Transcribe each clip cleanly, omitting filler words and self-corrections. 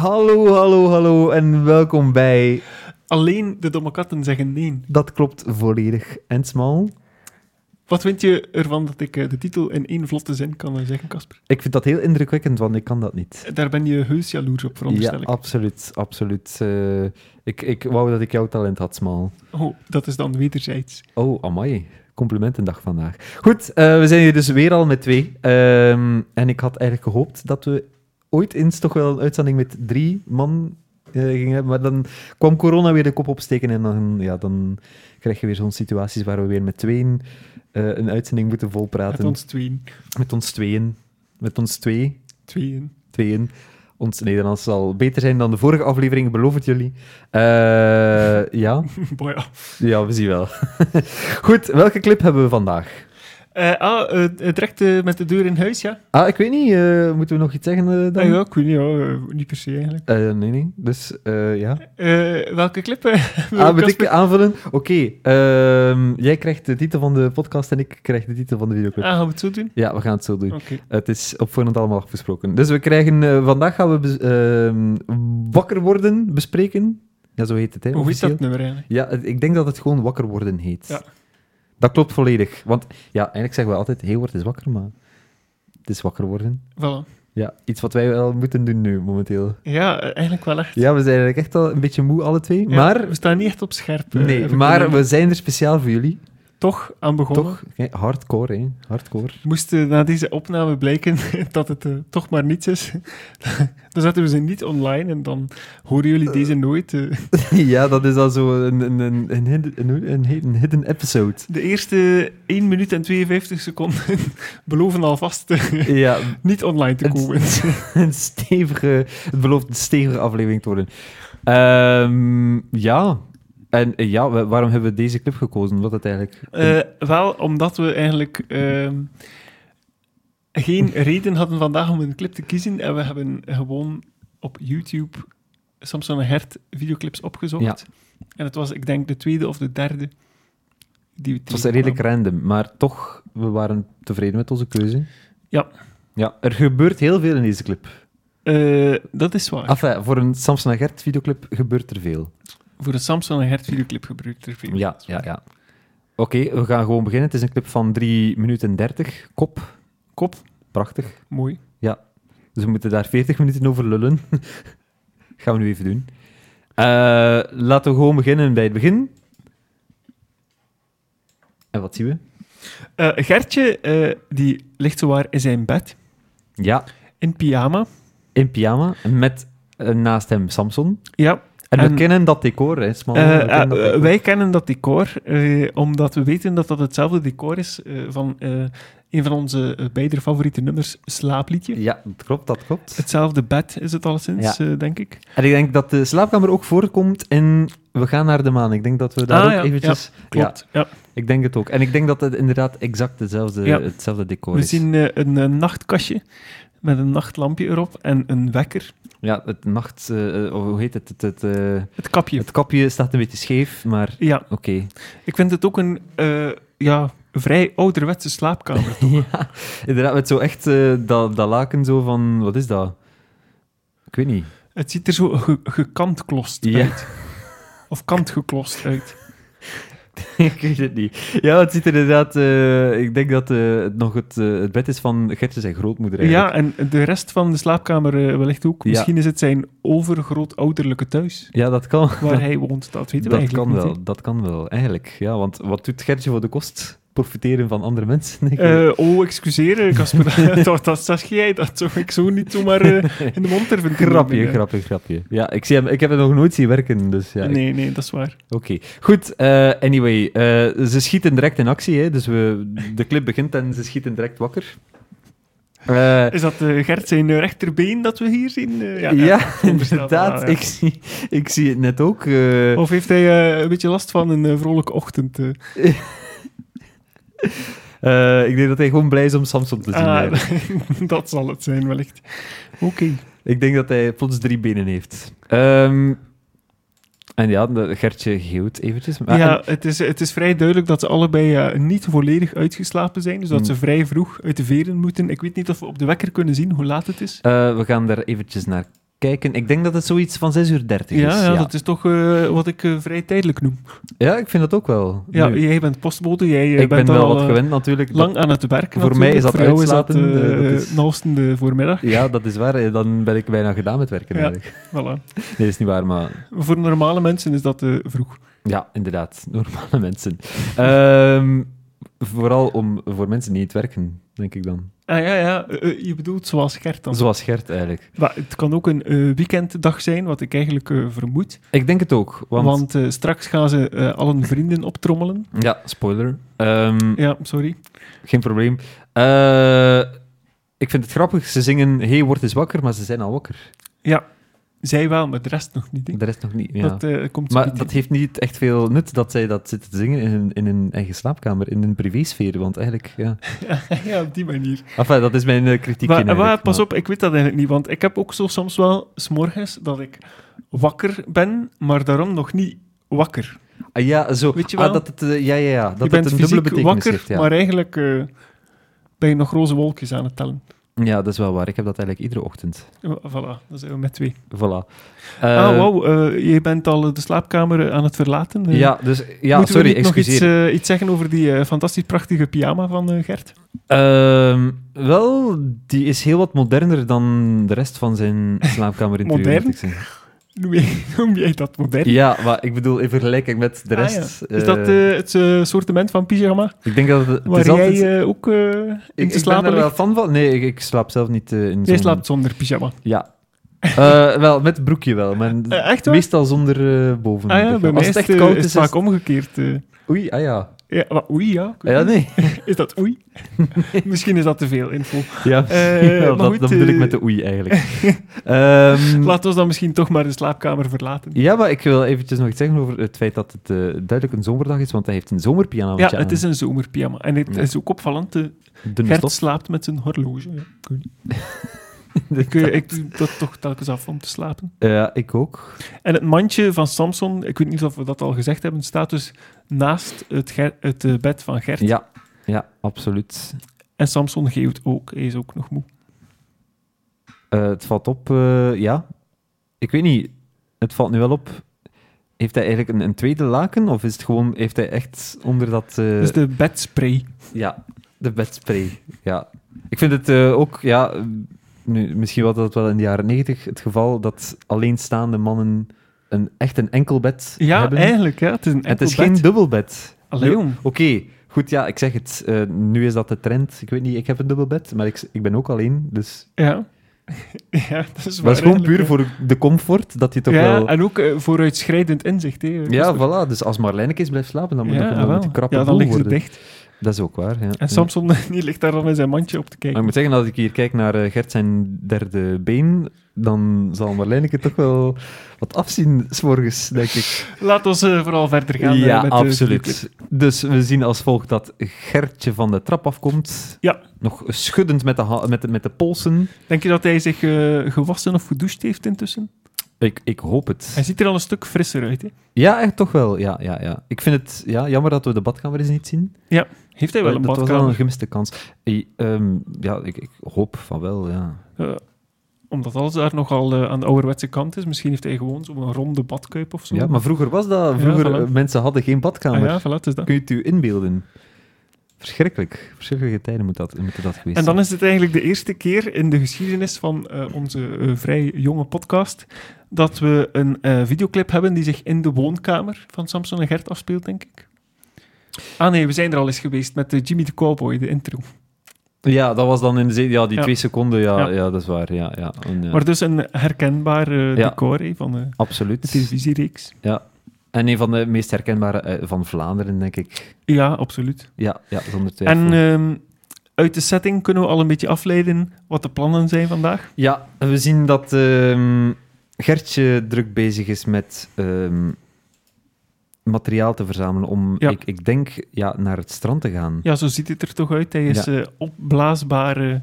Hallo en welkom bij... Alleen de domme katten zeggen nee. Dat klopt volledig. En smal? Wat vind je ervan dat ik de titel in één vlotte zin kan zeggen, Casper? Ik vind dat heel indrukwekkend, want ik kan dat niet. Daar ben je heus jaloers op, veronderstel ik. Ja, absoluut. Ik wou dat ik jouw talent had, smal. Oh, dat is dan wederzijds. Oh, amai. Complimentendag vandaag. Goed, we zijn hier dus weer al met 2. En ik had eigenlijk gehoopt dat we ooit eens toch wel een uitzending met 3 man gingen hebben. Maar dan kwam corona weer de kop opsteken en dan krijg je weer zo'n situaties waar we weer met 2 een uitzending moeten volpraten. Met ons tweeën. Met ons twee. Tweeën. Ons Nederlands zal beter zijn dan de vorige aflevering, beloof het jullie. Ja. Boy, ja. Ja, we zien wel. Goed, welke clip hebben we vandaag? Direct met de deur in huis, ja? Ik weet niet. Moeten we nog iets zeggen dan? Ja, ik weet niet, niet per se eigenlijk. Nee. Dus, ja. Welke clip? Moet ik aanvullen? Oké. Jij krijgt de titel van de podcast en ik krijg de titel van de videoclip. Gaan we het zo doen? Ja, we gaan het zo doen. Okay. Het is op voorhand allemaal afgesproken. Dus we krijgen... vandaag gaan we wakker worden bespreken. Ja, zo heet het, hè? Hoe is officieel. dat nummer eigenlijk? Ja, ik denk dat het gewoon wakker worden heet. Ja. Dat klopt volledig. Want ja, eigenlijk zeggen we altijd, hey, word eens wakker, maar het is wakker worden. Voilà. Ja, iets wat wij wel moeten doen nu, momenteel. Ja, eigenlijk wel echt. Ja, we zijn eigenlijk echt al een beetje moe, alle 2. Ja, maar... we staan niet echt op scherp. Nee, maar we zijn er speciaal voor jullie. Toch aan begonnen. Toch? Kijk, hardcore, hè. Hardcore. Moest na deze opname blijken dat het toch maar niets is, dan zetten we ze niet online en dan horen jullie deze nooit. Ja, dat is al zo een hidden episode. De eerste 1 minuut en 52 seconden beloven alvast Ja, niet online te komen. het belooft een stevige aflevering te worden. Ja... En ja, waarom hebben we deze clip gekozen? Wat het eigenlijk... Wel, omdat we eigenlijk geen reden hadden vandaag om een clip te kiezen. En we hebben gewoon op YouTube Samson en Gert videoclips opgezocht. Ja. En het was, ik denk, de 2e of de 3e. Het was redelijk random, maar toch, we waren tevreden met onze keuze. Ja. Ja, er gebeurt heel veel in deze clip. Dat is waar. Enfin, voor een Samson en Gert videoclip gebeurt er veel. Voor een Samson en Gert videoclip gebeurt er veel. Ja. Oké, we gaan gewoon beginnen. Het is een clip van 3 minuten 30. Kop. Prachtig. Mooi. Ja. Dus we moeten daar 40 minuten over lullen. Gaan we nu even doen. Laten we gewoon beginnen bij het begin. En wat zien we? Gertje, die ligt zowaar in zijn bed. Ja. In pyjama. Met naast hem Samson. Ja. En we kennen dat decor, hè, Smal. Wij kennen dat decor, omdat we weten dat dat hetzelfde decor is van een van onze beide favoriete nummers, Slaapliedje. Ja, dat klopt. Hetzelfde bed is het alleszins, denk ik. En ik denk dat de slaapkamer ook voorkomt in We gaan naar de maan. Ik denk dat we daar ook eventjes... Ja, klopt. Ja. Ik denk het ook. En ik denk dat het inderdaad exact hetzelfde decor is. We zien een nachtkastje met een nachtlampje erop en een wekker. Ja, het hoe heet het? Het kapje. Het kapje staat een beetje scheef, maar ja. Oké. Ik vind het ook een vrij ouderwetse slaapkamer, toch? Ja, inderdaad, met zo echt dat laken zo van... Wat is dat? Ik weet niet. Het ziet er zo gekantgeklost uit. Of kantgeklost uit. Ik weet het niet. Ja, het ziet er inderdaad... ik denk dat het nog het bed is van Gertje zijn grootmoeder eigenlijk. Ja, en de rest van de slaapkamer wellicht ook. Ja. Misschien is het zijn overgrootouderlijke thuis. Ja, dat kan. Waar hij woont, dat weten we eigenlijk niet. Dat kan wel, eigenlijk. Ja, want wat doet Gertje voor de kost? Profiteren van andere mensen? Excuseer, Casper. dat zeg jij. Dat zou ik zo niet zomaar in de mond durven. Grapje. Ja, ik heb hem nog nooit zien werken, dus ja. Nee, dat is waar. Oké. Goed, anyway. Ze schieten direct in actie, hè. Dus de clip begint en ze schieten direct wakker. Is dat Gert zijn rechterbeen dat we hier zien? Ja, inderdaad. Ja. Ik zie het net ook. Of heeft hij een beetje last van een vrolijke ochtend? Ik denk dat hij gewoon blij is om Samson te zien. Dat zal het zijn, wellicht. Oké. Ik denk dat hij plots 3 benen heeft. En ja, Gertje geeuwt eventjes. Het is vrij duidelijk dat ze allebei niet volledig uitgeslapen zijn. Dus dat ze vrij vroeg uit de veren moeten. Ik weet niet of we op de wekker kunnen zien hoe laat het is. We gaan daar eventjes naar kijken. Ik denk dat het zoiets van 6:30 is. Ja, dat is toch wat ik vrij tijdelijk noem. Ja, ik vind dat ook wel. Ja, Nu, jij bent postbode, jij ik bent ben wel al wat gewend natuurlijk. lang aan het werken. Voor mij is dat voor jou uitslapen, is dat, dat is- naast de voormiddag. Ja, dat is waar. Dan ben ik bijna gedaan met werken Ja. eigenlijk. Voilà. Nee, dat is niet waar, maar... Voor normale mensen is dat vroeg. Ja, inderdaad. Normale mensen. Vooral voor mensen die niet werken, denk ik dan. Ah ja, je bedoelt zoals Gert dan. Zoals Gert eigenlijk. Maar het kan ook een weekenddag zijn, wat ik eigenlijk vermoed. Ik denk het ook. Want straks gaan ze al hun vrienden optrommelen. Ja, spoiler. Ja, sorry. Geen probleem. Ik vind het grappig. Ze zingen Hey, word eens wakker, maar ze zijn al wakker. Ja, zij wel, maar de rest nog niet. Hè. De rest nog niet. Ja. Dat komt zo Maar niet dat in. heeft niet echt veel nut dat zij dat zitten te zingen in hun eigen slaapkamer, in hun privésfeer. Want eigenlijk, ja... Ja, op die manier. Enfin, dat is mijn kritiekje Maar pas op, ik weet dat eigenlijk niet, want ik heb ook zo soms wel 's morgens dat ik wakker ben, maar daarom nog niet wakker. Ah, ja, zo. Weet je wel? Dat het, ja. Dat Je bent het een dubbele fysiek betekenis wakker, heeft, ja. maar eigenlijk ben je nog roze wolkjes aan het tellen. Ja, dat is wel waar. Ik heb dat eigenlijk iedere ochtend. Voilà, dan zijn we met 2. Voilà. Wauw, je bent al de slaapkamer aan het verlaten. Ja, dus... Ja, Moeten sorry, we niet nog excuseer. iets zeggen over die fantastisch prachtige pyjama van Gert? Wel, die is heel wat moderner dan de rest van zijn slaapkamer Modern? Noem jij dat modern? Ja, maar ik bedoel, in vergelijking met de rest... Ah, ja. Is dat het sortiment van pyjama? Ik denk dat het Waar is altijd... jij ook in te ik ben slapen er wel ligt? fan van. Nee, ik slaap zelf niet in Jij zo'n... slaapt zonder pyjama. Ja. Wel, met broekje wel, maar Echt waar? meestal zonder boven. Ah ja, bij mij Als is het het echt koud is is... vaak omgekeerd. Oei, ah ja. Ja, maar oei, ja. Ah, ja, nee. Is dat oei? Misschien is dat te veel info. Ja, maar dat goed, bedoel ik met de oei eigenlijk. Laten we dan misschien toch maar de slaapkamer verlaten. Ja, maar ik wil eventjes nog iets zeggen over het feit dat het duidelijk een zomerdag is, want hij heeft een zomerpyjama. Ja, het is een zomerpyjama. En het Ja. is ook opvallend. dunne Gert stof. slaapt met zijn horloge. Ja, ik weet niet. Ik doe dat toch telkens af om te slapen. Ja, ik ook. En het mandje van Samson, ik weet niet of we dat al gezegd hebben, staat dus naast het bed van Gert. Ja, absoluut. En Samson geeuwt ook. Hij is ook nog moe. Het valt op, ja. Ik weet niet, het valt nu wel op. Heeft hij eigenlijk een tweede laken, of is het gewoon, heeft hij echt onder dat... Dus de bedspray. Ja, de bedspray, ja. Ik vind het ook, ja... Nu, misschien was dat wel in de jaren 90 het geval dat alleenstaande mannen echt een enkel bed Ja, hebben. eigenlijk. Ja. Het is een En het enkel is bed. geen dubbelbed. Allee, jong. Oké, goed, ja, ik zeg het. Nu is dat de trend. Ik weet niet, ik heb een dubbelbed, maar ik ben ook alleen, dus... Ja. Ja, dat is Maar het is gewoon puur eigenlijk, voor de comfort, dat je toch ja, wel... en ook vooruitschrijdend inzicht. Hè. Ja, voilà. Dus als Marlijnekes blijft slapen, dan moet Ja, het wel. een krappe Ja, dan boel ligt ze worden. dicht. Dat is ook waar, ja. En Samson die ligt daar dan met zijn mandje op te Maar kijken. ik moet zeggen, als ik hier kijk naar Gert zijn derde been, dan zal Marlijneke toch wel wat afzien, 's morgens, denk ik. Laat ons vooral verder gaan. Ja, met de absoluut. Dus we zien als volgt dat Gertje van de trap afkomt. Ja. Nog schuddend met de polsen. Denk je dat hij zich gewassen of gedoucht heeft intussen? Ik hoop het. Hij ziet er al een stuk frisser uit. Hè? Ja, echt toch wel. Ja. Ik vind het jammer dat we de badkamer eens niet zien. Heeft hij wel een Dat was badkamer? wel een gemiste kans. Ik hoop van wel, ja. Omdat alles daar nogal aan de ouderwetse kant is. Misschien heeft hij gewoon zo'n ronde badkuip of zo. Ja, maar vroeger was dat. Ja, Vroeger, voilà. mensen hadden geen badkamer. ja, voilà, het is dat. Kun je het u inbeelden? Verschrikkelijke tijden moeten dat geweest En dan zijn. is het eigenlijk de eerste keer in de geschiedenis van onze vrij jonge podcast dat we een videoclip hebben die zich in de woonkamer van Samson en Gert afspeelt, denk ik. Ah nee, we zijn er al eens geweest met Jimmy de Cowboy, de intro. Ja, dat was dan in die Ja. 2 seconden. Ja, Ja. dat is waar. Ja. En, Maar dus een herkenbaar decor hè, van de absoluut. televisiereeks. Ja. En een van de meest herkenbare van Vlaanderen, denk ik. Ja, absoluut. Ja, zonder twijfel. En uit de setting kunnen we al een beetje afleiden wat de plannen zijn vandaag. Ja, we zien dat Gertje druk bezig is met materiaal te verzamelen om, Ja. ik denk, naar het strand te gaan. Ja, zo ziet het er toch uit. Hij is opblaasbare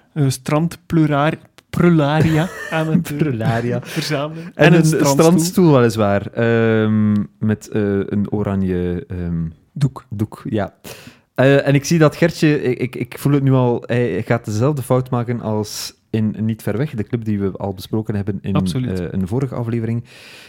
strandprularia aan het Prularia. verzamelen. En een strandstoel. strandstoel, weliswaar. Met een oranje doek, ja. En ik zie dat Gertje, ik voel het nu al, hij gaat dezelfde fout maken als in Niet Ver Weg, de clip die we al besproken hebben in Absoluut. een vorige aflevering.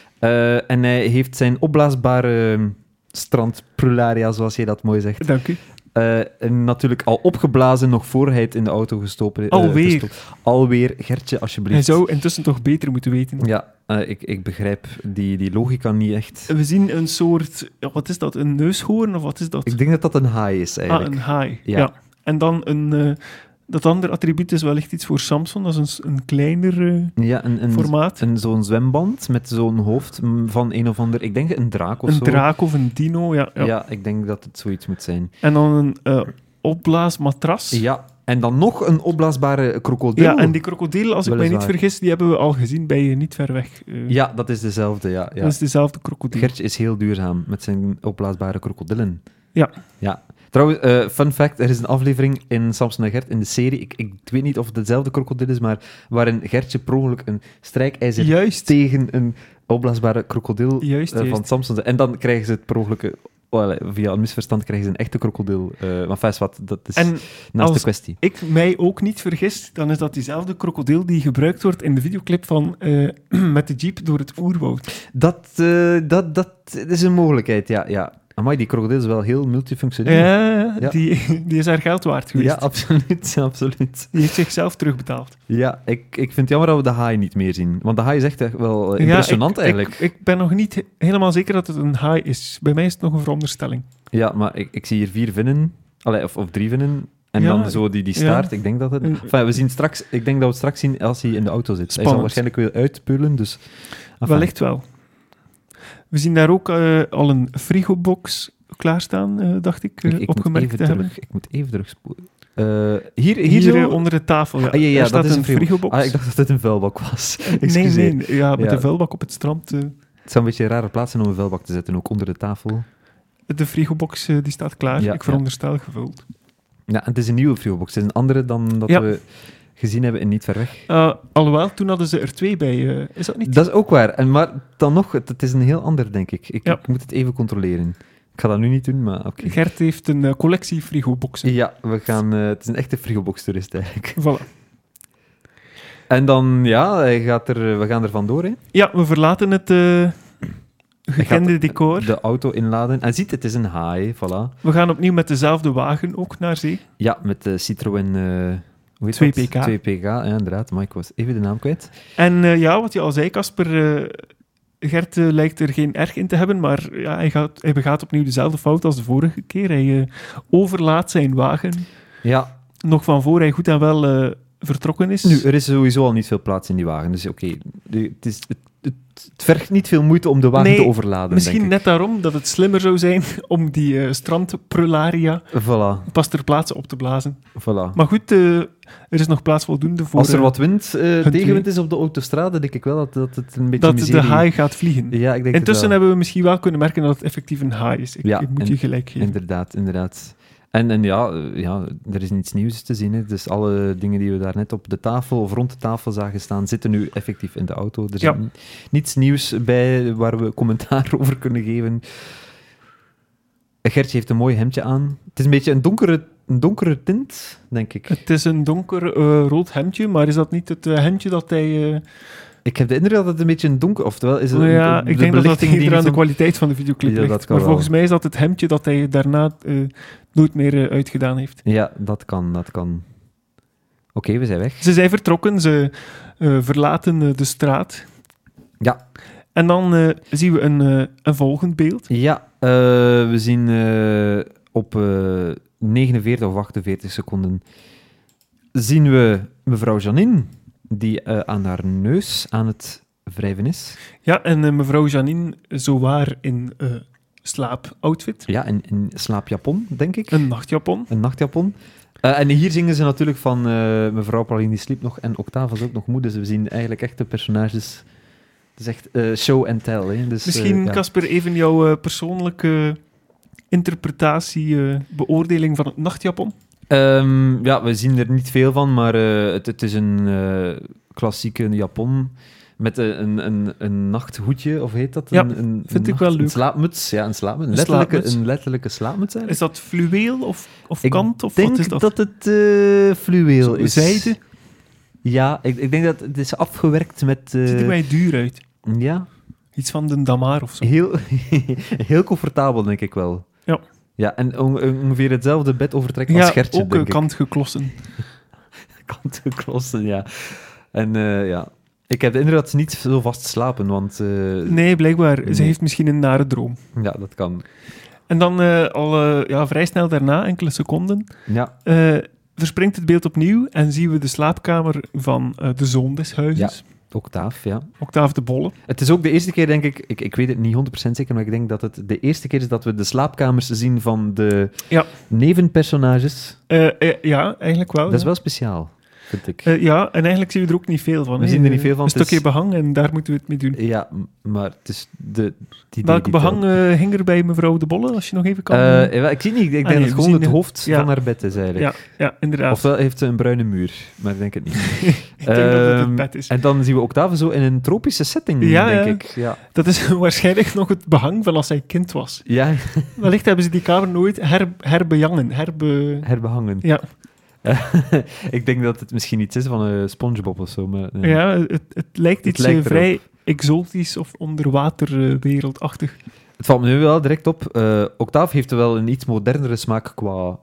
En hij heeft zijn opblaasbare strandprularia, zoals jij dat mooi zegt, Dank u. natuurlijk al opgeblazen, nog voor hij het in de auto gestoken Alweer. Alweer, Gertje, Hij alsjeblieft. zou intussen toch beter moeten weten. Ja, ik begrijp die logica niet echt. We zien een soort... ja, wat is dat? Een neushoorn? Of wat is dat? Ik denk dat dat een haai is, eigenlijk. Een haai. Ja. Ja. En dan dat andere attribuut is wellicht iets voor Samson. Dat is een kleiner Ja, formaat. zo'n zwemband met zo'n hoofd van een of ander... Ik denk een draak of Een zo. draak of een dino, ja. Ja, ik denk dat het zoiets moet zijn. En dan een opblaasmatras. Ja, en dan nog een opblaasbare krokodil. Ja, en die krokodil, als ik mij niet Weliswaar. vergis, die hebben we al gezien bij Niet Ver Weg. Ja, dat is dezelfde, ja. Dat is dezelfde krokodil. Gertje is heel duurzaam met zijn opblaasbare krokodillen. Ja. Trouwens, fun fact, er is een aflevering in Samson en Gert in de serie, ik weet niet of het dezelfde krokodil is, maar waarin Gertje per ongeluk een strijkijzer Juist. tegen een opblaasbare krokodil Juist. van Samson... En dan krijgen ze het per ongeluk... via een misverstand krijgen ze een echte krokodil. Maar fijn, wat, dat is En naast als de kwestie. ik mij ook niet vergis, dan is dat diezelfde krokodil die gebruikt wordt in de videoclip van met de jeep door het oerwoud. Dat is een mogelijkheid, ja. Amai, die krokodil is wel heel multifunctioneel. Ja. Die is haar geld waard geweest. Ja, absoluut, absoluut. Die heeft zichzelf terugbetaald. Ja, ik vind het jammer dat we de haai niet meer zien. Want de haai is echt wel impressionant, eigenlijk. Ik ben nog niet helemaal zeker dat het een haai is. Bij mij is het nog een veronderstelling. Ja, maar ik zie hier 4 vinnen. Of 3 vinnen. En Ja, dan zo die staart. Ik denk dat het... Enfin, we zien straks... Ik denk dat we het straks zien als hij in de auto zit. Spannend. Hij zal waarschijnlijk weer uitpullen, dus... Enfin. Wellicht wel. We zien daar ook al een frigobox klaarstaan, dacht ik, opgemerkt te hebben. Ik moet even terugspoelen. Hier zo? Onder de tafel. Ja. Ja, Er staat dat is een frigobox. Ik dacht dat het een vuilbak was. Nee. Ja, met Ja. een vuilbak op het strand. Het zou een beetje een rare plaats zijn om een vuilbak te zetten, ook onder de tafel. De frigobox die staat klaar. Ja, Ik veronderstel gevuld. Ja, en het is een nieuwe frigobox. Het is een andere dan dat Ja. we gezien hebben in Niet Ver Weg. Alhoewel, toen hadden ze er 2 bij. Is dat niet? Dat is ook waar. Maar dan nog, het is een heel ander, denk ik. Ik Ja. moet het even controleren. Ik ga dat nu niet doen, maar oké. Gert heeft een collectie frigoboxen. Ja, we gaan... het is een echte frigobox-toerist, eigenlijk. Voilà. En dan, ja, we gaan er vandoor, hè. Ja, we verlaten het gekende gaat decor. De auto inladen. En ziet, het is een haai, voilà. We gaan opnieuw met dezelfde wagen ook naar zee. Ja, met de Citroën... hoe heet 2PK. dat? 2PK, ja, inderdaad. Maar ik was even de naam kwijt. En wat je al zei, Casper, Gert lijkt er geen erg in te hebben, maar ja, hij begaat opnieuw dezelfde fout als de vorige keer. Hij overlaat zijn wagen Ja, nog van voor hij goed en wel vertrokken is. nu, er is sowieso al niet veel plaats in die wagen. Dus oké, het vergt niet veel moeite om de wagen Nee, te overladen, Misschien denk ik. net daarom dat het slimmer zou zijn om die strandprularia Voilà, pas ter plaatse op te blazen. voilà. Maar goed, er is nog plaats voldoende voor Als er wat wind, tegenwind weer. is op de autostrade, denk ik wel dat het een beetje dat de miserie... haai gaat vliegen. Ja, ik denk Intussen het wel. hebben we misschien wel kunnen merken dat het effectief een haai is. Ja, Ik moet je gelijk geven. Inderdaad. En ja, er is niets nieuws te zien. Hè. Dus alle dingen die we daarnet op de tafel of rond de tafel zagen staan, zitten nu effectief in de auto. Er is Ja. niets nieuws bij waar we commentaar over kunnen geven. Gertje heeft een mooi hemdje aan. Het is een beetje een donkere tint, denk ik. Het is een donker rood hemdje, maar is dat niet het hemdje dat hij... Ik heb de indruk dat het een beetje een donker... Oftewel, is het ik denk dat dat belichting die eerder aan de niet kwaliteit van de videoclip Ja, ligt. dat kan Maar wel. volgens mij is dat het hemdje dat hij daarna nooit meer uitgedaan heeft. Ja, dat kan. Oké, we zijn weg. Ze zijn vertrokken, ze verlaten de straat. Ja. En dan zien we een volgend beeld. Ja, we zien op 49 of 48 seconden zien we mevrouw Janine, die aan haar neus aan het wrijven is. Ja, en mevrouw Janine zowaar in slaapoutfit. Ja, in slaapjapon, denk ik. Een nachtjapon. Een nachtjapon. En hier zingen ze natuurlijk van mevrouw Pauline die sliep nog en Octave is ook nog moe, dus we zien eigenlijk echt de personages. Het is echt show and tell. Hè. Dus, Misschien, ja. Casper, even jouw persoonlijke interpretatie, beoordeling van het nachtjapon. Ja, we zien er niet veel van, maar het is een klassieke japon met een nachthoedje, of heet dat? Ja, vind ik wel leuk. Een slaapmuts, ja, een slaapmuts. Slaapmuts. Een letterlijke slaapmuts eigenlijk. Is dat fluweel of Ik kant? Of denk wat is dat? dat het fluweel Zo, is. zijde? Ja, ik denk dat het is afgewerkt met... Het ziet er mij duur uit. Ja, Iets van de Damar of zo. heel, heel comfortabel, denk ik wel. Ja. Ja, en ongeveer hetzelfde bedovertrek als Gertje, ook denk ik. kantgeklossen. Kantenklossen, ja. En ja, ik heb de indruk dat ze niet zo vast slapen, want... Nee, blijkbaar. Ze Nee. heeft misschien een nare droom. Ja, dat kan. En dan vrij snel daarna, enkele seconden, Ja, verspringt het beeld opnieuw en zien we de slaapkamer van de zoon des huizes, Octaaf, ja. Octave de Bolle. Het is ook de eerste keer, denk ik weet het niet 100% zeker, maar ik denk dat het de eerste keer is dat we de slaapkamers zien van de Ja. nevenpersonages. Ja, eigenlijk wel. Dat is ja. wel speciaal, vind ik. Ja, en eigenlijk zien we er ook niet veel van. We hè. zien er niet veel van, Een het is- stukje behang en daar moeten we het mee doen. Ja, maar het is de... die Welke die behang hing er bij mevrouw de Bolle, als je nog even kan... ja, ik zie niet, ik denk nee, dat we het gewoon zien het het- hoofd ja. van haar bed is, eigenlijk. ja, inderdaad. Ofwel heeft ze een bruine muur, maar ik denk het niet. Ik denk dat het het bed is. En dan zien we Octave zo in een tropische setting, Ja, denk ja. ik. Ja. Dat is waarschijnlijk nog het behang van als hij kind was. Ja, Wellicht hebben ze die kamer nooit herbejangen. herbehangen. Ja. Ik denk dat het misschien iets is van SpongeBob of zo. Maar, Ja, het lijkt Het iets lijkt vrij exotisch of onderwaterwereldachtig. Het valt me nu wel direct op. Octave heeft wel een iets modernere smaak qua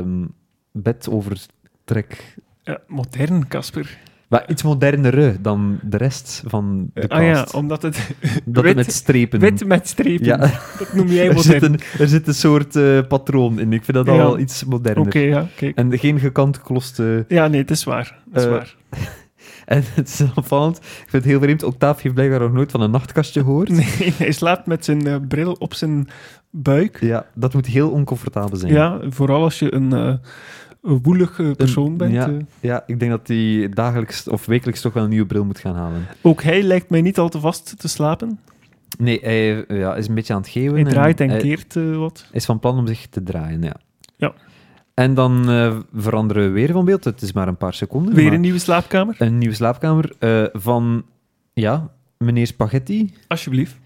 bedovertrek. Ja, modern, Casper. Maar iets modernere dan de rest van de cast. Omdat het Dat wit- met strepen. wit met strepen, Ja. dat noem jij Er zit, modern. er zit een soort patroon in. Ik vind dat al Ja. wel iets moderner. Oké, ja, kijk. En geen gekantgekloste... Ja, nee, het is waar. Het is Eh, waar. En het is opvallend. Ik vind het heel vreemd. Octave heeft blijkbaar nog nooit van een nachtkastje gehoord. Nee, hij slaapt met zijn bril op zijn buik. Ja, dat moet heel oncomfortabel zijn. Ja, vooral als je een woelig persoon bent. ja. Ja, ik denk dat hij dagelijks of wekelijks toch wel een nieuwe bril moet gaan halen. Ook hij lijkt mij niet al te vast te slapen. Nee, hij is een beetje aan het geven. Hij draait en hij keert wat. is van plan om zich te draaien, ja. Ja. En dan veranderen we weer van beeld. Het is maar een paar seconden. Weer maar een nieuwe slaapkamer, een nieuwe slaapkamer van, ja, meneer Spaghetti. alsjeblieft.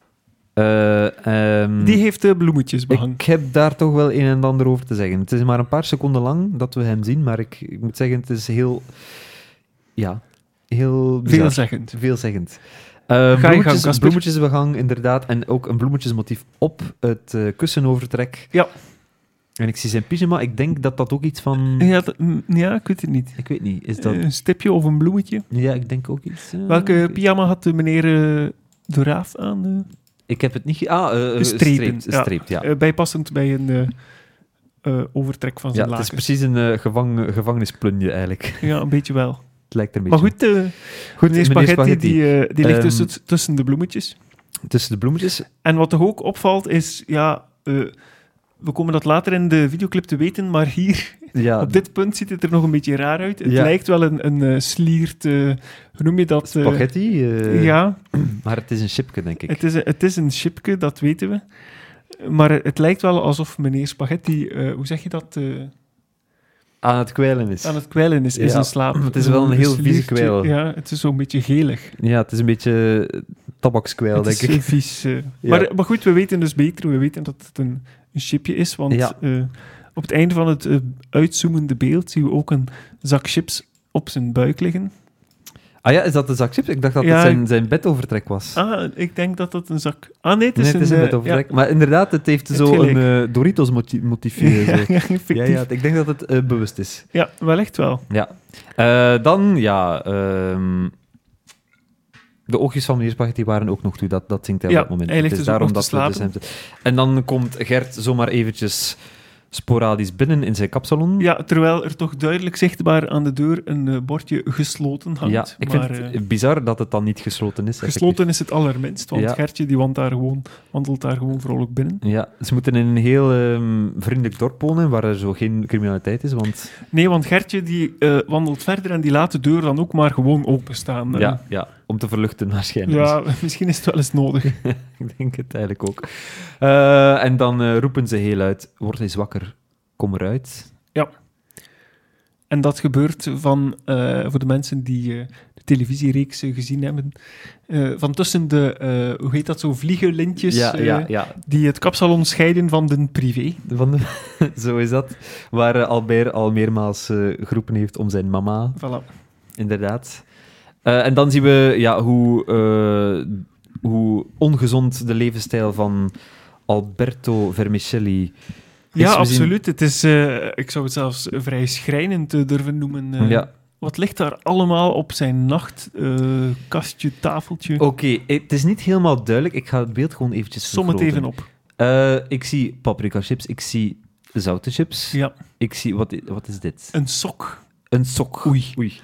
Die Die heeft bloemetjes behang. Ik heb daar toch wel een en ander over te zeggen. Het is maar een paar seconden lang dat we hem zien, maar ik moet zeggen, het is heel... Ja, heel bizar. Veelzeggend. Veelzeggend. gang, Casper. Bloemetjesbehang, inderdaad. En ook een bloemetjesmotief op het kussenovertrek. Ja. En ik zie zijn pyjama. Ik denk dat dat ook iets van... Ja, ik weet het niet. Ik weet niet. Is dat... Een stipje of een bloemetje. Ja, ik denk ook iets... Welke pyjama had de meneer De Raaf aan? Ik heb het niet... Strepen, Streep, ja. Bijpassend bij een overtrek van Ja, zijn het is lakens. precies een gevangenisplunje, eigenlijk. Ja, een beetje wel. Het lijkt er een Maar beetje goed, meneer Spaghetti, Spaghetti. die ligt Ehm, tussen de bloemetjes. tussen de bloemetjes. En wat toch ook opvalt is, we komen dat later in de videoclip te weten, maar hier, Ja, op dit punt, ziet het er nog een beetje raar uit. Het Ja. lijkt wel een sliert, hoe noem je dat? spaghetti. Ja, Maar het is een chipje, denk ik. het is een chipje, dat weten we. Maar het lijkt wel alsof meneer Spaghetti, hoe zeg je dat, Aan het kwijlen is. aan het kwijlen is in Ja, zijn slaap. het is wel een heel vieze sliertje. kwijl. Ja, het is zo'n beetje gelig. Ja, het is een beetje tabakskwijl, Het denk is ik. vies. Ja. Maar goed, we weten dus beter. We weten dat het een chipje is, want Ja. op het einde van het uitzoomende beeld zien we ook een zak chips op zijn buik liggen. Ah ja, is dat de zak chips? Ik dacht dat Ja, het zijn bedovertrek was. Ah, ik denk dat dat een zak... Ah nee, het is Nee, het is een bedovertrek. Maar inderdaad, het heeft Het zo gelijk. een Doritos-motiefje. Ja, zo. ja, effectief. Ja, ja, ik denk dat het bewust is. Ja, wel echt wel. Ja. Dan, ja... de oogjes van meneer Spaghetti waren ook nog toe. Dat zingt hij Ja, op dat moment. hij ligt Het is dus ook daarom nog te dat we slapen. En dan komt Gert zomaar eventjes sporadisch binnen in zijn kapsalon. Ja, terwijl er toch duidelijk zichtbaar aan de deur een bordje gesloten hangt. Ja, ik maar, vind het bizar dat het dan niet gesloten is. gesloten is het allerminst, want Ja. Gertje die wandelt daar gewoon vrolijk binnen. Ja, ze moeten in een heel vriendelijk dorp wonen, waar er zo geen criminaliteit is, want... Nee, want Gertje die wandelt verder en die laat de deur dan ook maar gewoon openstaan. Ja, om te verluchten waarschijnlijk. Ja, misschien is het wel eens nodig. Ik denk het eigenlijk ook. En dan roepen ze heel uit, word eens wakker, kom eruit. En dat gebeurt voor de mensen die de televisiereeks gezien hebben, van tussen de, hoe heet dat, zo vliegenlintjes Ja. die het kapsalon scheiden van de privé. Zo is dat. Waar Albert al meermaals geroepen heeft om zijn mama. Voilà. inderdaad. En dan zien we hoe ongezond de levensstijl van Alberto Vermicelli is. Ja, We zien- absoluut. Het is, ik zou het zelfs vrij schrijnend durven noemen. Ja. Wat ligt daar allemaal op zijn nachtkastje, tafeltje? Oké, het is niet helemaal duidelijk. Ik ga het beeld gewoon eventjes Som het vergroten. even op. Ik zie paprika chips, ik zie zoute chips. Ja, Ik zie... Wat is dit? een sok. Een sok. Oei. Oei.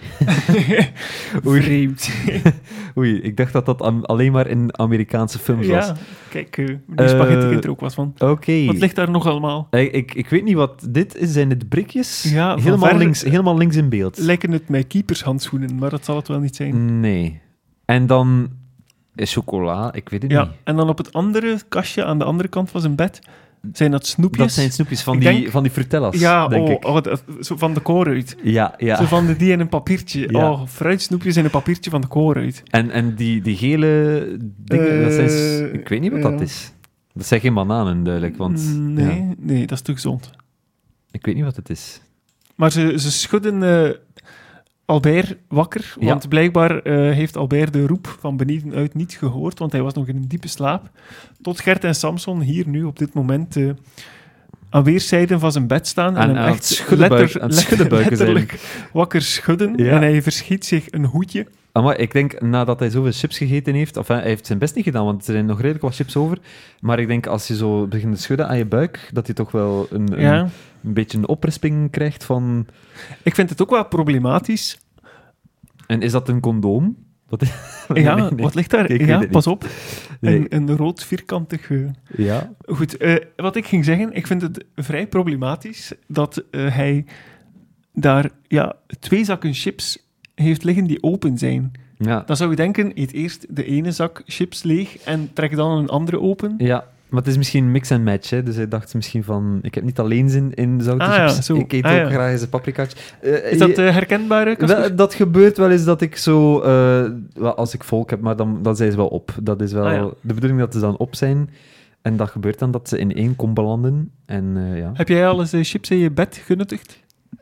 Vreemd. Oei, ik dacht dat dat alleen maar in Amerikaanse films was. Ja, kijk, die spaghetti kent er ook wat van. Oké. Wat ligt daar nog allemaal? Ik weet niet wat dit is. Zijn het brikjes? Ja, van helemaal ver- links in beeld. Lijken het mij keepershandschoenen, maar dat zal het wel niet zijn. Nee. En dan chocola, ik weet het Ja, niet. en dan op het andere kastje, aan de andere kant van zijn bed, zijn dat snoepjes. Dat zijn snoepjes van Ik die, denk- van die frutellas, Ja, denk ik. zo van de kooruit. Ja, ja. Zo van die in een papiertje. Ja. Oh, fruitsnoepjes in een papiertje van de kooruit. En die gele dingen, dat zijn... Ik weet niet wat dat ja. is. Dat zijn geen bananen, duidelijk, want... Nee, ja, nee, dat is te gezond. ik weet niet wat het is. Maar ze schudden Albert wakker, Ja. want blijkbaar heeft Albert de roep van benedenuit niet gehoord, want hij was nog in een diepe slaap. Tot Gert en Samson hier nu op dit moment aan weerszijden van zijn bed staan en Aan hem het echt schuddenbuik- aan het schuddenbuiken zijn. letterlijk wakker schudden. Ja. En hij verschiet zich een hoedje. Maar ik denk, nadat hij zoveel chips gegeten heeft... Enfin, hij heeft zijn best niet gedaan, want er zijn nog redelijk wat chips over. Maar ik denk, als je zo begint te schudden aan je buik, dat je toch wel Ja. een beetje een oprisping krijgt van... Ik vind het ook wel problematisch. En is dat een condoom? Ja, Nee. wat ligt daar? Ik weet Ja, het pas op. Nee. Een rood vierkantig... Ja. Goed, wat ik ging zeggen, ik vind het vrij problematisch dat hij daar 2 zakken chips heeft liggen die open zijn. Ja. Dan zou je denken, eet eerst de ene zak chips leeg en trek dan een andere open. Ja, maar het is misschien mix en match. Hè? Dus hij dacht misschien van, ik heb niet alleen zin in zoute Ah, ja, chips. zo. Ik eet Ah, ook ja. graag eens een paprikaatje. Is dat herkenbaar, Casper? Dat gebeurt wel eens dat ik zo... wel, als ik volk heb, maar dan zijn ze wel op. Dat is wel Ah, ja. de bedoeling dat ze dan op zijn. En dat gebeurt dan dat ze in één kom belanden. En ja... Heb jij al eens chips in je bed genuttigd?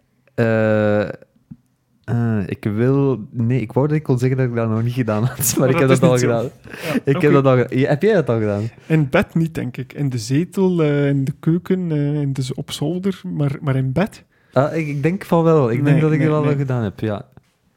Nee, ik wou dat ik kon zeggen dat ik dat nog niet gedaan had, maar Maar ik heb dat dat is al niet gedaan. Ja, Ik oké. heb dat al gedaan. Heb jij dat al gedaan? In bed niet, denk ik. In de zetel, in de keuken, op zolder, maar in bed? Ik denk van wel. Ik denk Nee, dat ik nee, dat al nee. gedaan heb, ja.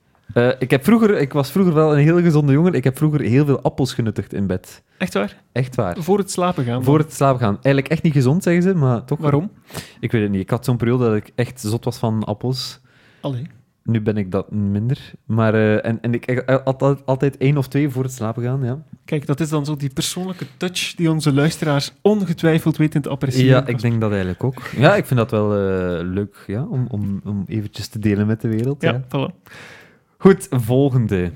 Ik was vroeger wel een heel gezonde jongen. Ik heb vroeger heel veel appels genuttigd in bed. Echt waar? Echt waar. Voor het slapen gaan? Voor het slapen gaan. Eigenlijk echt niet gezond, zeggen ze, maar toch. Waarom? Ik weet het niet. Ik had zo'n periode dat ik echt zot was van appels. Allee. Nu ben ik dat minder. Maar, en ik altijd 1 of 2 voor het slapen gaan, ja. Kijk, dat is dan zo die persoonlijke touch die onze luisteraars ongetwijfeld weten te appreciëren. Ja, ik denk dat eigenlijk ook. Ja, ik vind dat wel leuk, ja, om eventjes te delen met de wereld. Ja, Ja. voilà. Goed, volgende.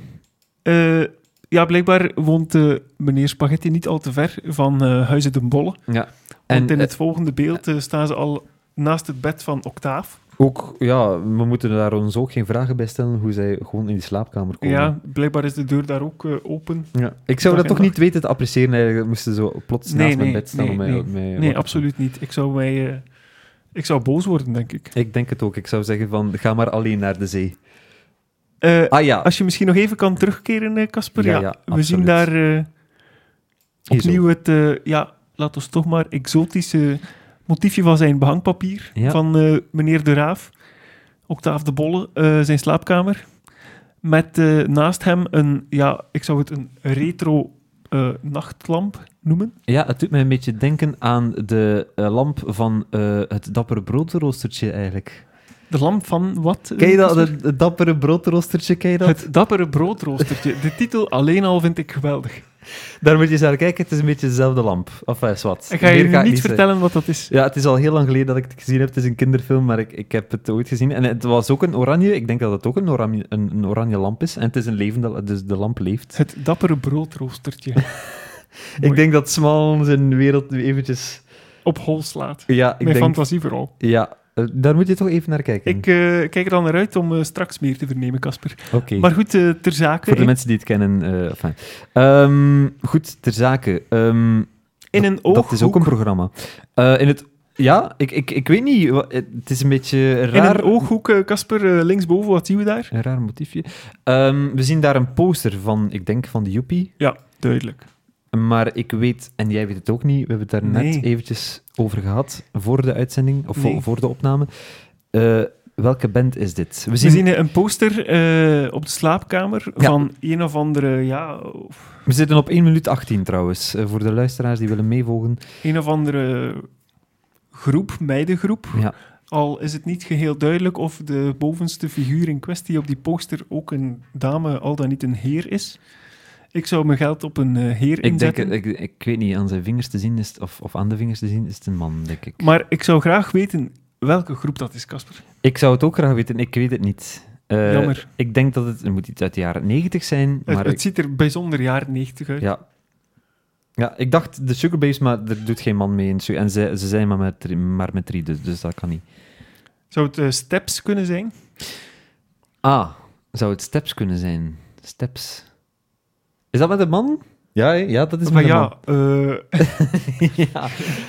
Ja, blijkbaar woont meneer Spaghetti niet al te ver van Huize den Bolle. Ja. Want in En het volgende beeld staan ze al naast het bed van Octaaf. ook, ja, we moeten daar ons ook geen vragen bij stellen hoe zij gewoon in die slaapkamer komen. Ja, blijkbaar is de deur daar ook open. Ja. Ik zou Dag dat toch en niet weten te appreciëren. Eigenlijk moesten zo plots naast mijn bed staan. nee, om mij, nee. om mij Nee, wakker te absoluut niet. Ik zou boos worden, denk ik. Ik denk het ook. Ik zou zeggen van, ga maar alleen naar de zee. Ja. Als je misschien nog even kan terugkeren, Casper. Ja, Ja, ja, we absoluut. zien daar Hier opnieuw het, laten we toch maar exotische motiefje van zijn behangpapier. Ja. Van meneer De Raaf, Octaaf de Bolle, zijn slaapkamer. Met naast hem een, ik zou het een retro nachtlamp noemen. Ja, het doet mij een beetje denken aan de lamp van het dappere broodroostertje eigenlijk. De lamp van wat? Ken je dat, Casper? het dappere broodroostertje, ken je dat? Het dappere broodroostertje. De titel alleen al vind ik geweldig. Daar moet je eens naar kijken, het is een beetje dezelfde lamp. Enfin, zwart. Ik ga je Meer ga ik niet zeggen. vertellen wat dat is. Ja, het is al heel lang geleden dat ik het gezien heb. Het is een kinderfilm, maar ik heb het ooit gezien. En het was ook een oranje. Ik denk dat het ook een oranje lamp is. En het is een levende, dus de lamp leeft. Het dappere broodroostertje. Ik denk dat Smal zijn wereld nu eventjes... Op hol slaat. Ja, ik Mijn denk... fantasie vooral. Ja, daar moet je toch even naar kijken. Ik kijk er dan naar uit om straks meer te vernemen, Casper. Oké. Maar goed, ter zake. Voor de mensen die het kennen... goed, ter zake. in een ooghoek. Dat is ook een programma. In het Ja, ik weet niet. Het is een beetje In raar. een ooghoek, Casper, linksboven, wat zien we daar? Een raar motiefje. We zien daar een poster van, ik denk van de Joepie. Ja, duidelijk. Maar ik weet, en jij weet het ook niet, we hebben het daar net Nee. eventjes over gehad, voor de uitzending, of Nee. voor de opname. Welke band is dit? We zien een poster op de slaapkamer Ja. van een of andere, We zitten op 1 minuut 18 trouwens, voor de luisteraars die willen meevolgen. een of andere groep, meidengroep. Ja. Al is het niet geheel duidelijk of de bovenste figuur in kwestie op die poster ook een dame, al dan niet een heer is. Ik zou mijn geld op een heer Ik denk, inzetten. ik weet niet, aan zijn vingers te zien is het, of aan de vingers te zien is het een man, denk ik. Maar ik zou graag weten welke groep dat is, Casper. Ik zou het ook graag weten, ik weet het niet. Jammer. Ik denk dat het moet iets uit de jaren 90 zijn, maar Het ziet er bijzonder jaren 90 uit. ja, ik dacht de Sugar Babes, maar er doet geen man mee in. En ze zijn maar met 3, dus dat kan niet. Zou het Steps kunnen zijn? Ah, zou het Steps kunnen zijn? Steps. Is dat met een man? Ja, hè? Ja, dat is Maar met een ja, man. Ja.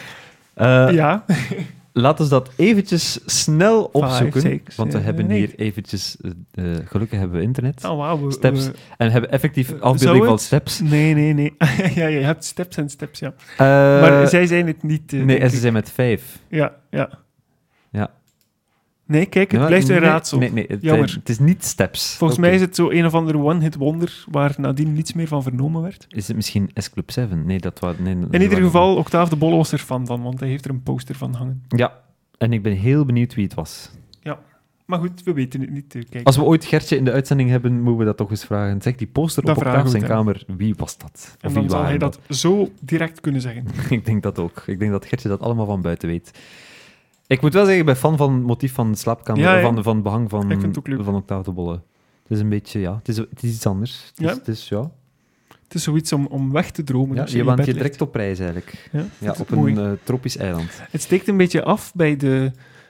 ja. Laten we dat eventjes snel opzoeken. 5, 6, Want we hebben 9. hier eventjes... gelukkig hebben we internet. Oh, wauw. Steps. En we hebben effectief afbeelding zou van het? Steps. Nee. Ja, je hebt Steps en Steps, ja. Eh, Maar zij zijn het niet, nee, denk en ze ik. zijn met 5. Ja. Ja. Nee, kijk, het Ja, blijft een nee, raadsel. Nee, Jammer. het is niet Steps. Volgens Oké. mij is het zo een of andere one-hit wonder waar nadien niets meer van vernomen werd. Is het misschien S-Club 7? Nee, dat was... Nee, In ieder geval, Octave de Bolle was er fan van, want hij heeft er een poster van hangen. Ja, en ik ben heel benieuwd wie het was. Maar goed, we weten het niet. Kijk. Als we ooit Gertje in de uitzending hebben, moeten we dat toch eens vragen. Zeg, die poster Dan op vragen Octave we zijn het kamer, wie was dat? En Of dan wie zal hij waren dat zo direct kunnen zeggen. Ik denk dat ook. Ik denk dat Gertje dat allemaal van buiten weet. Ik moet wel zeggen, ik ben fan van het motief van de slaapkamer, Ja, ja. van het behang van, Ik vind het ook leuk. van Octave de Bolle. Het is een beetje, ja, het is iets anders. Ja. Het is, ja. Het is zoiets om weg te dromen. Ja, als je in waant bed je ligt. direct op reis eigenlijk. Ja, Ja, dat is op mooi. een tropisch eiland. Het steekt een beetje af bij de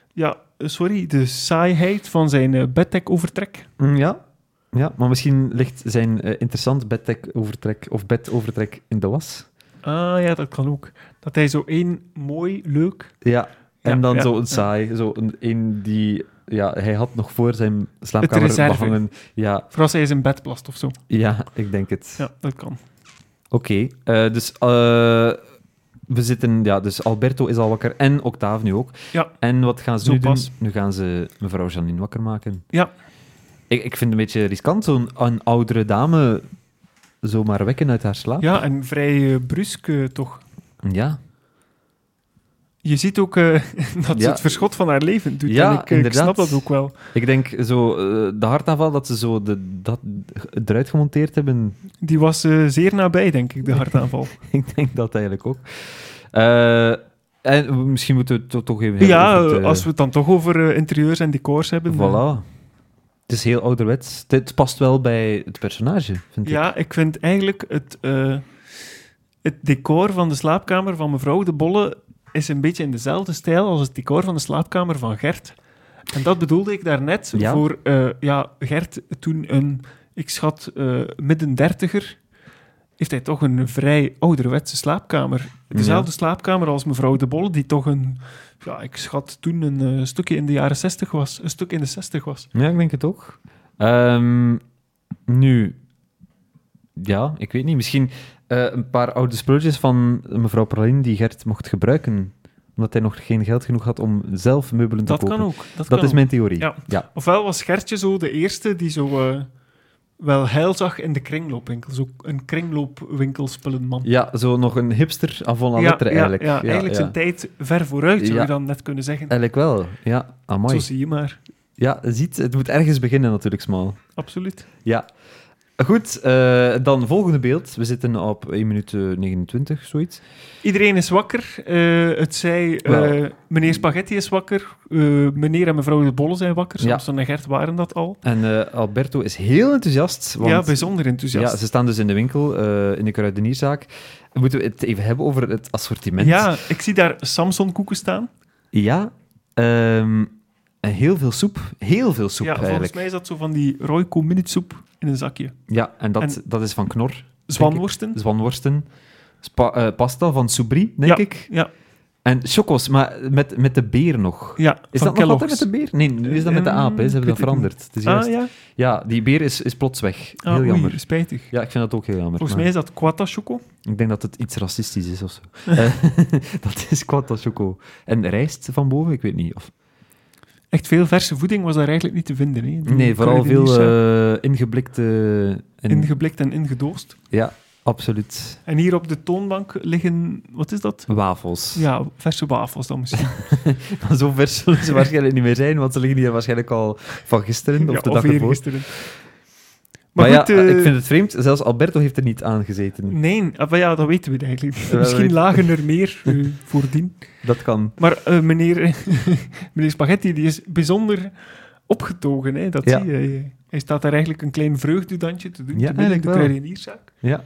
saaiheid van zijn beddek-overtrek. Ja, maar misschien ligt zijn interessant bedovertrek of bedovertrek in de was. Ah ja, dat kan ook. Dat hij zo één mooi, leuk... Ja, en Ja, dan ja, zo een ja. saai, zo een die... Ja, hij had nog voor zijn slaapkamer reserve. behangen. Ja, Voor als hij in zijn bed plast of zo. ja, ik denk het. Ja, dat kan. Oké, dus we zitten... Ja, dus Alberto is al wakker en Octave nu ook. Ja. En wat gaan ze Zo nu pas. doen? Nu gaan ze mevrouw Janine wakker maken. Ja. Ik vind het een beetje riskant, zo'n een oudere dame zomaar wekken uit haar slaap. Ja, en vrij brusk toch. Ja. Je ziet ook dat ze Ja. het verschot van haar leven doet. Ja, En ik inderdaad. snap dat ook wel. Ik denk zo, de hartaanval dat ze zo dat eruit gemonteerd hebben. Die was zeer nabij, denk ik, de hartaanval. Ik denk dat eigenlijk ook. En misschien moeten we het toch even hebben Ja, over het, als we het dan toch over interieurs en decors hebben. Voilà. Het is heel ouderwets. Het past wel bij het personage, vind ik. Ja, ik vind eigenlijk het decor van de slaapkamer van mevrouw de Bolle is een beetje in dezelfde stijl als het decor van de slaapkamer van Gert. En dat bedoelde ik daarnet Ja. voor Gert toen ik schat, midden dertiger, heeft hij toch een vrij ouderwetse slaapkamer. Dezelfde slaapkamer als mevrouw de Bolle, die toch ik schat toen een stukje in de jaren 60 was. Een stuk in de 60 was. Ja, ik denk het ook. Nu, ja, ik weet niet. Misschien een paar oude spulletjes van mevrouw Praline die Gert mocht gebruiken. Omdat hij nog geen geld genoeg had om zelf meubelen te Dat kopen. kan ook. Dat is mijn theorie. Ja. Ja. Ofwel was Gertje zo de eerste die zo wel heil zag in de kringloopwinkel. Zo een kringloopwinkelspullenman. Ja, zo nog een hipster avant la lettre eigenlijk. Ja, eigenlijk zijn tijd ver vooruit, zou Ja. je dan net kunnen zeggen. Eigenlijk wel, ja. Amai. Zo zie je maar. Ja, ziet, het moet ergens beginnen natuurlijk, Smal. Absoluut. Ja. Goed, dan volgende beeld. We zitten op 1 minuut 29, zoiets. Iedereen is wakker. Het zij, Wel. meneer Spaghetti is wakker. Meneer en mevrouw de Bolle zijn wakker. Ja. Samson en Gert waren dat al. En Alberto is heel enthousiast. Want, Ja, bijzonder enthousiast. Ja, ze staan dus in de winkel, in de kruidenierzaak. Moeten we het even hebben over het assortiment? Ja, ik zie daar Samson-koeken staan. Ja, en heel veel soep. Heel veel soep, Ja, volgens eigenlijk. mij is dat zo van die Royco minutsoep in een zakje. Ja, en dat is van Knor. Zwanworsten. Zwanworsten. Pasta van Soubry, denk Ja. ik. Ja, En chocos, maar met de beer nog. Ja, Is van dat nog altijd Kellogg's. met de beer? Nee, nu is dat met de aap. Hè. Ze hebben dat ik weet het veranderd. Het is juist... Ja? Ja, die beer is plots weg. Heel Oei, jammer. spijtig. Ja, ik vind dat ook heel jammer. Volgens maar mij is dat Quatta Choco. ik denk dat het iets racistisch is of zo. Dat is Quatta Choco. En rijst van boven? Ik weet niet. Of... Echt veel verse voeding was daar eigenlijk niet te vinden. Hè. Die Nee, vooral veel kruidenierszaak. ingeblikte... Ingeblikt en ingedoost. Ja, absoluut. En hier op de toonbank liggen... Wat is dat? Wafels. Ja, verse wafels dan misschien. Maar zo vers zullen ze waarschijnlijk niet meer zijn, want ze liggen hier waarschijnlijk al van gisteren of Ja, de dag of ervoor. eergisteren. Maar goed, ja, ik vind het vreemd. Zelfs Alberto heeft er niet aan gezeten. Nee, maar ja, dat weten we eigenlijk niet. Dat Misschien weet- lagen er meer voordien. Dat kan. Maar meneer Spaghetti die is bijzonder opgetogen. Hè? Dat Ja. zie je. Hij staat daar eigenlijk een klein vreugdedansje te doen. Ja, te midden in de eigenlijk wel. kruidenierszaak. Ja.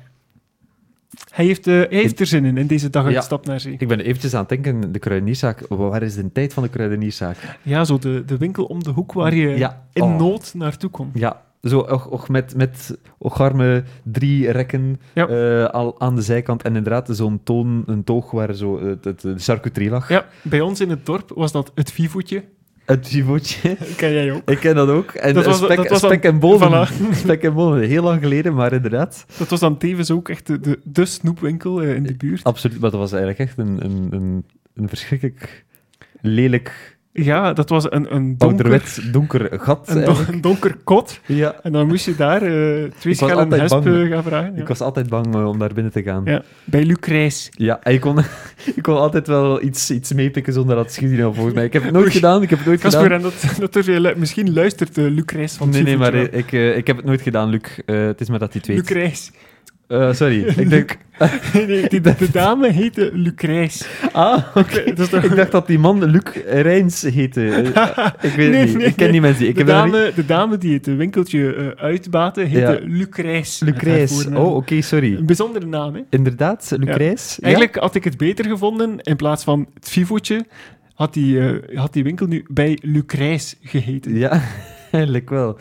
Hij heeft er zin in deze dag uitstap naar zee. Ik ben eventjes aan het denken, de kruidenierszaak. Waar is de tijd van de kruidenierszaak? Ja, zo de winkel om de hoek waar je Ja. in Oh. nood naartoe komt. Ja, zo och met arme 3 rekken Ja. al aan de zijkant. En inderdaad zo'n een toog waar zo de charcuterie lag. Ja, bij ons in het dorp was dat het Vivoetje. Het pivootje. Ken jij ook? Ik ken dat ook. En Dat was- spek, dat was spek dan- en bonen. Voilà. Spek en bonen. Heel lang geleden, maar inderdaad. Dat was dan tevens ook echt de snoepwinkel in de buurt. Absoluut, maar dat was eigenlijk echt een verschrikkelijk lelijk, Ja, dat was een ouderwets donker gat. eigenlijk. een donker kot. Ja. En dan moest je daar 2 was schellen altijd hesp bang. gaan vragen. Ja. Ik was altijd bang om daar binnen te gaan. Ja, bij Luc Reis. Ja, en ik kon altijd wel iets meepikken zonder dat ze gezien hadden, volgens mij. Ik heb het nooit gedaan, Casper, en misschien luistert Luc Reis van Nee, maar Vivoetje ik heb het nooit gedaan, Luc. Het is maar dat hij het wel. weet. Luc Reis. Sorry, ik denk... Nee, de dame heette Luc Reis. Ah, oké. Dat is toch- Ik dacht dat die man Luc Rijns heette. Ik weet het niet. Ik ken die mensen. Ik de, heb dat niet... de dame die het winkeltje uitbaatte, heette Ja. Luc Reis. Luc met haar Rijs. voornaam. Oh, oké, sorry. Een bijzondere naam, hè? Inderdaad, Luc Ja. Rijs. Ja? Eigenlijk had ik het beter gevonden. In plaats van het Vivoetje had die winkel nu bij Luc Reis geheten. Ja, eigenlijk wel.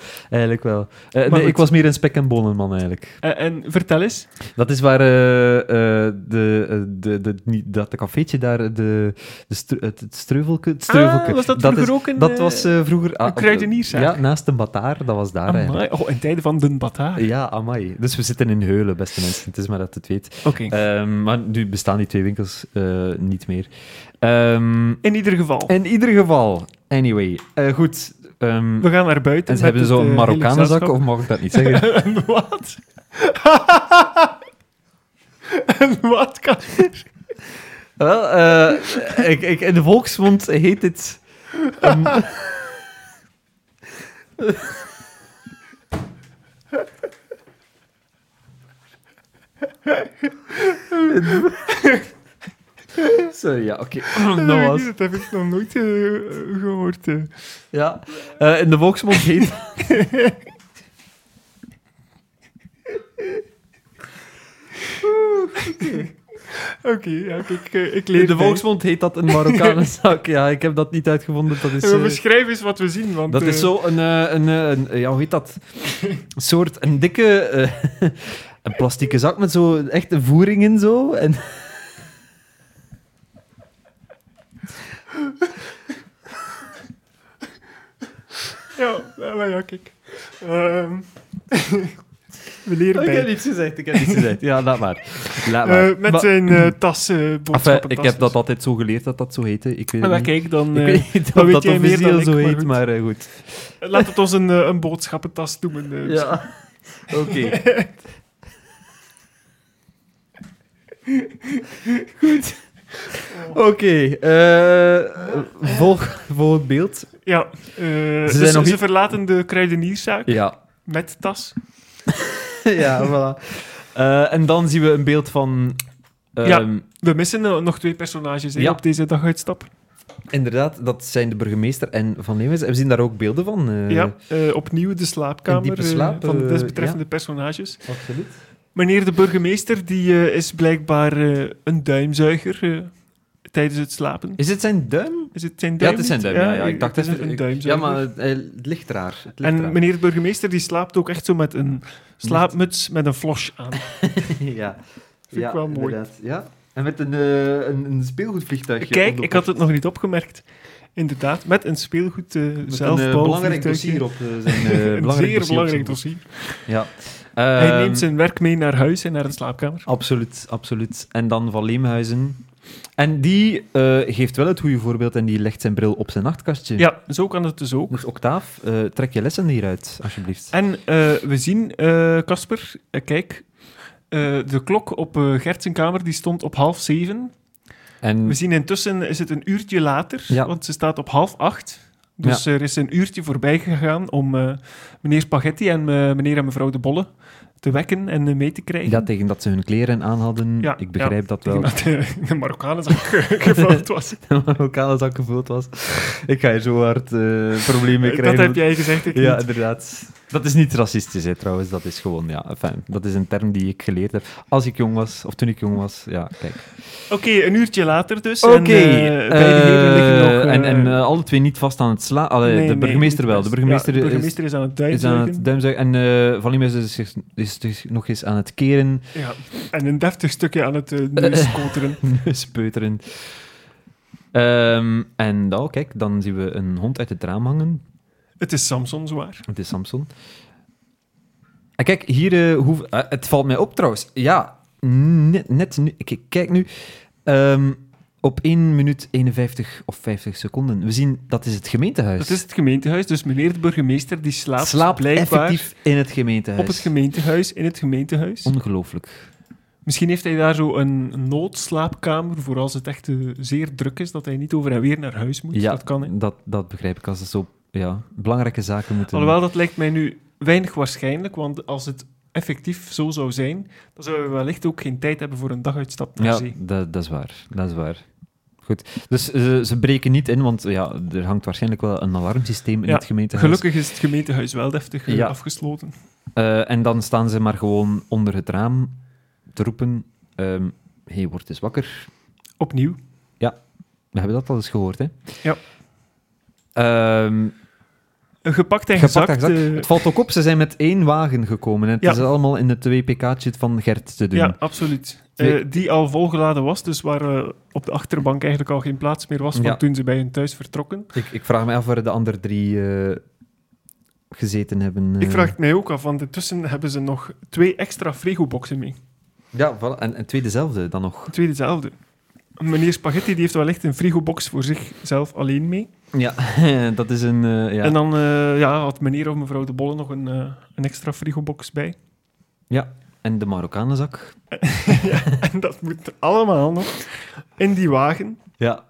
Nee, goed. ik was meer een spek- en bonenman, eigenlijk. En vertel eens. Dat is waar dat cafeetje daar, het streuvelke... Was dat vroeger ook een... Dat was vroeger... een kruidenierszaak? Ja, naast een bataar, dat was daar eigenlijk. Amai. Oh, in tijden van de Bataar. Ja, amai. Dus we zitten in Heulen, beste mensen. Het is maar dat je het weet. Oké. Maar nu bestaan die 2 winkels niet meer. In ieder geval. In ieder geval, anyway. Goed. We gaan naar buiten. En ze met hebben zo'n het, Marokkanenzak, hele of mag ik dat niet zeggen? gezelschap. En wat? En wat, Casper? Wel, in de volksmond heet dit... Sorry, ja, oké. Dat was... Dat heb ik nog nooit gehoord. Ja. In de volksmond heet... Oké, ja, ik leer In de bij. volksmond heet dat een Marokkanenzak. Ja, ik heb dat niet uitgevonden. Dat is... En we beschrijven eens wat we zien. Want, Dat is zo ja, hoe heet dat? Een soort, een dikke, een plastieke zak met zo echt een voering in zo. En... Ja, maar ja, kijk. We leren Ik heb bij. niets gezegd. Ja, laat maar. Met Maar- zijn tas, Enfin, boodschappentas. ik heb dat altijd zo geleerd dat dat zo heette. Ik weet Maar het niet. kijk, dan, Ik weet niet dan of weet dat jij meer dan officieel ik, zo maar heet, goed. maar goed. Laat het ons een boodschappentas noemen. Ja, oké. Goed. Oké, volgend beeld. Ja, zijn dus nog ze niet- verlaten de kruidenierszaak Ja, met tas. ja, voilà. En dan zien we een beeld van... Ja. We missen nog 2 personages hè, Ja. op deze daguitstap. Inderdaad, dat zijn de burgemeester en Van Leeuwens. En we zien daar ook beelden van. Ja, opnieuw de een slaapkamer diepe slaap, van de ja. desbetreffende personages. Absoluut. Meneer de burgemeester die is blijkbaar een duimzuiger tijdens het slapen. Is het zijn duim? Is het zijn Ja, duim? het is zijn niet? duim. Ja, ik dacht het is even... een duimzuiger. Ja, maar het ligt raar. Het ligt En raar. meneer de burgemeester die slaapt ook echt zo met een slaapmuts met een flosh aan. Ja. Vind ik wel mooi. inderdaad. Ja. En met een speelgoedvliegtuigje. Kijk, ik had het nog niet opgemerkt. Inderdaad, met een speelgoed met een belangrijk dossier op zijn een zeer belangrijk dossier. Ja. Hij neemt zijn werk mee naar huis en naar de slaapkamer. Absoluut, absoluut. En dan Van Leemhuizen. En die geeft wel het goede voorbeeld en die legt zijn bril op zijn nachtkastje. Ja, zo kan het dus ook. Dus Octaaf, trek je lessen hieruit, alsjeblieft. En we zien, Casper, kijk, de klok op Gert zijn kamer die stond op 6:30. En We zien intussen is het een uurtje later, Ja. want ze staat op 7:30. Dus er is een uurtje voorbij gegaan om meneer Spaghetti en meneer en mevrouw De Bolle te wekken en mee te krijgen. ja, tegen dat ze hun kleren aan hadden. Ja, Ik begrijp dat Tegen wel. dat de Marokkanen zak gevuld was. De Marokkanen zak gevuld was. Ik ga hier zo hard problemen mee krijgen. Dat heb jij gezegd, ik Ja, niet. inderdaad. Dat is niet racistisch, hè, trouwens. Dat is gewoon, ja, enfin, dat is een term die ik geleerd heb. Als ik jong was, of toen ik jong was, ja, kijk. Oké, een uurtje later dus. Oké. En, beide heren liggen nog... alle twee niet vast aan het slaan. nee, De burgemeester niet wel. best. De burgemeester, Ja, de burgemeester is aan het is aan duimzuigen. het duimzuigen. En Van Leemhuizen is dus nog eens aan het keren, Ja, en een deftig stukje aan het neuskoteren. speuteren. En nou, kijk, dan zien we een hond uit het raam hangen. Het is Samson, zwaar. Het is Samson. En kijk, hier... het valt mij op trouwens. Ja, net nu... Kijk nu. Op 1 minuut 51 of 50 seconden. We zien, dat is het gemeentehuis. Dat is het gemeentehuis, dus meneer de burgemeester die slaapt blijkbaar effectief in het gemeentehuis. op het gemeentehuis, in het gemeentehuis. Ongelooflijk. Misschien heeft hij daar zo een noodslaapkamer voor als het echt zeer druk is, dat hij niet over en weer naar huis moet. Ja, Dat kan, hè. dat begrijp ik. Als het zo belangrijke zaken moeten... Alhoewel, dat lijkt mij nu weinig waarschijnlijk, want als het effectief zo zou zijn, dan zouden we wellicht ook geen tijd hebben voor een daguitstap naar Ja, zee. dat is waar. Dat is waar. Goed. Dus ze breken niet in, want ja, er hangt waarschijnlijk wel een alarmsysteem in Ja, het gemeentehuis. Gelukkig is het gemeentehuis wel deftig Ja. afgesloten. En dan staan ze maar gewoon onder het raam te roepen... hey, word eens wakker. Opnieuw. We hebben dat al eens gehoord, hè? Ja. Ehm, Gepakt en Gepakt en gezakt. gezakt. Het valt ook op, ze zijn met 1 wagen gekomen. En het Ja. is allemaal in het 2pk'tje van Gert te doen. Ja, absoluut. Die al volgeladen was, dus waar op de achterbank eigenlijk al geen plaats meer was van Ja. toen ze bij hun thuis vertrokken. Ik vraag me af waar de andere 3 gezeten hebben. Ik vraag het mij ook af, want intussen hebben ze nog 2 extra frigoboxen mee. Ja, voilà. En 2 dezelfde dan nog. 2 dezelfde. Meneer Spaghetti die heeft wel echt een frigobox voor zichzelf alleen mee. Ja, dat is een... ja. En dan had meneer of mevrouw De Bolle nog een extra frigobox bij. Ja, en de Marokkanenzak. Ja, en dat moet allemaal nog in die wagen. Ja.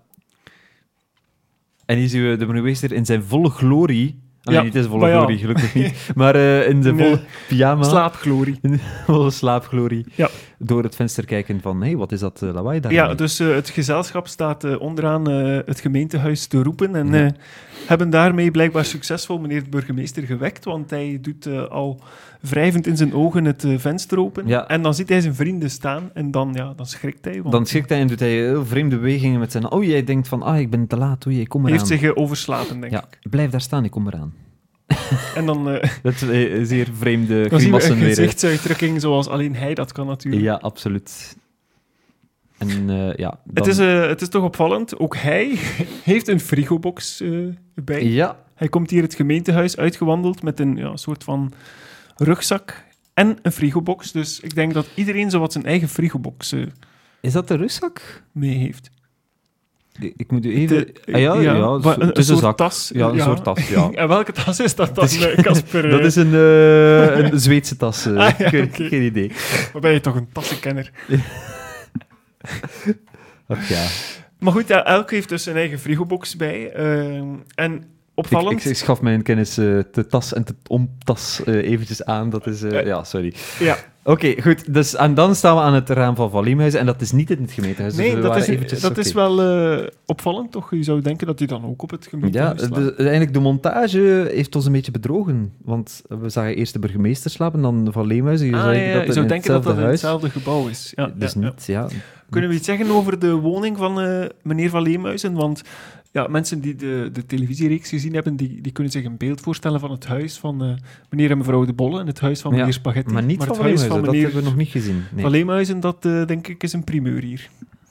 En hier zien we de burgemeester in zijn volle glorie. Ja, Niet in zijn volle maar ja. glorie, gelukkig niet. Maar in zijn volle pyjama. Slaapglorie. Volle slaapglorie. Ja. Door het venster kijken van, hé, wat is dat lawaai daar? Ja, dus het gezelschap staat onderaan het gemeentehuis te roepen en Ja. hebben daarmee blijkbaar succesvol meneer de burgemeester gewekt, want hij doet al wrijvend in zijn ogen het venster open. Ja. En dan ziet hij zijn vrienden staan en dan schrikt hij. Want Dan schrikt hij en doet hij heel vreemde bewegingen met zijn... Oh, jij denkt van, ik ben te laat. Oei, ik kom hij eraan. heeft zich overslapen, denk Ja, ik. blijf daar staan, ik kom eraan. En dan, Dat is een zeer vreemde dan zien we grimassen een weer. hè. gezichtsuitdrukking zoals alleen hij dat kan natuurlijk. Ja, absoluut. En ja... Het is toch opvallend, ook hij heeft een frigobox bij. Ja, Hij komt hier het gemeentehuis uitgewandeld met een soort van rugzak en een frigobox. Dus ik denk dat iedereen zowat zijn eigen frigobox is dat de rugzak? mee heeft. Ik moet u even... maar het is een soort zak. tas. Ja, een soort tas, ja. En welke tas is dat dan, Casper? Dat is een Zweedse tas. ja, Geen oké. geen idee. Wat ben je toch een tassenkenner? Ach ja. Maar goed, elk heeft dus zijn eigen frigobox bij. En opvallend... Ik schaf mijn kennis te tas en te omtas eventjes aan. Dat is... ja, sorry. Ja, Oké, goed. Dus, en dan staan we aan het raam van Van Leemhuizen en dat is niet in het gemeentehuis. Dus nee, we dat waren is eventjes, oké. wel opvallend, toch? Je zou denken dat hij dan ook op het Ja, gemeentehuis slaat. eigenlijk de montage heeft ons een beetje bedrogen. Want we zagen eerst de burgemeester slapen, dan Van Leemhuizen. Je zou denken dat je het zou in denken dat dat in huis. hetzelfde gebouw is. Ja, Dus ja, ja. niet, ja. Kunnen we iets zeggen over de woning van meneer Van Leemhuizen? Want mensen die de televisiereeks gezien hebben, die kunnen zich een beeld voorstellen van het huis van meneer en mevrouw De Bolle en het huis van Ja, meneer Spaghetti. Maar niet van het huis Leemhuizen, van dat meneer hebben we nog niet gezien. Nee. Van Leemhuizen, dat denk ik is een primeur hier.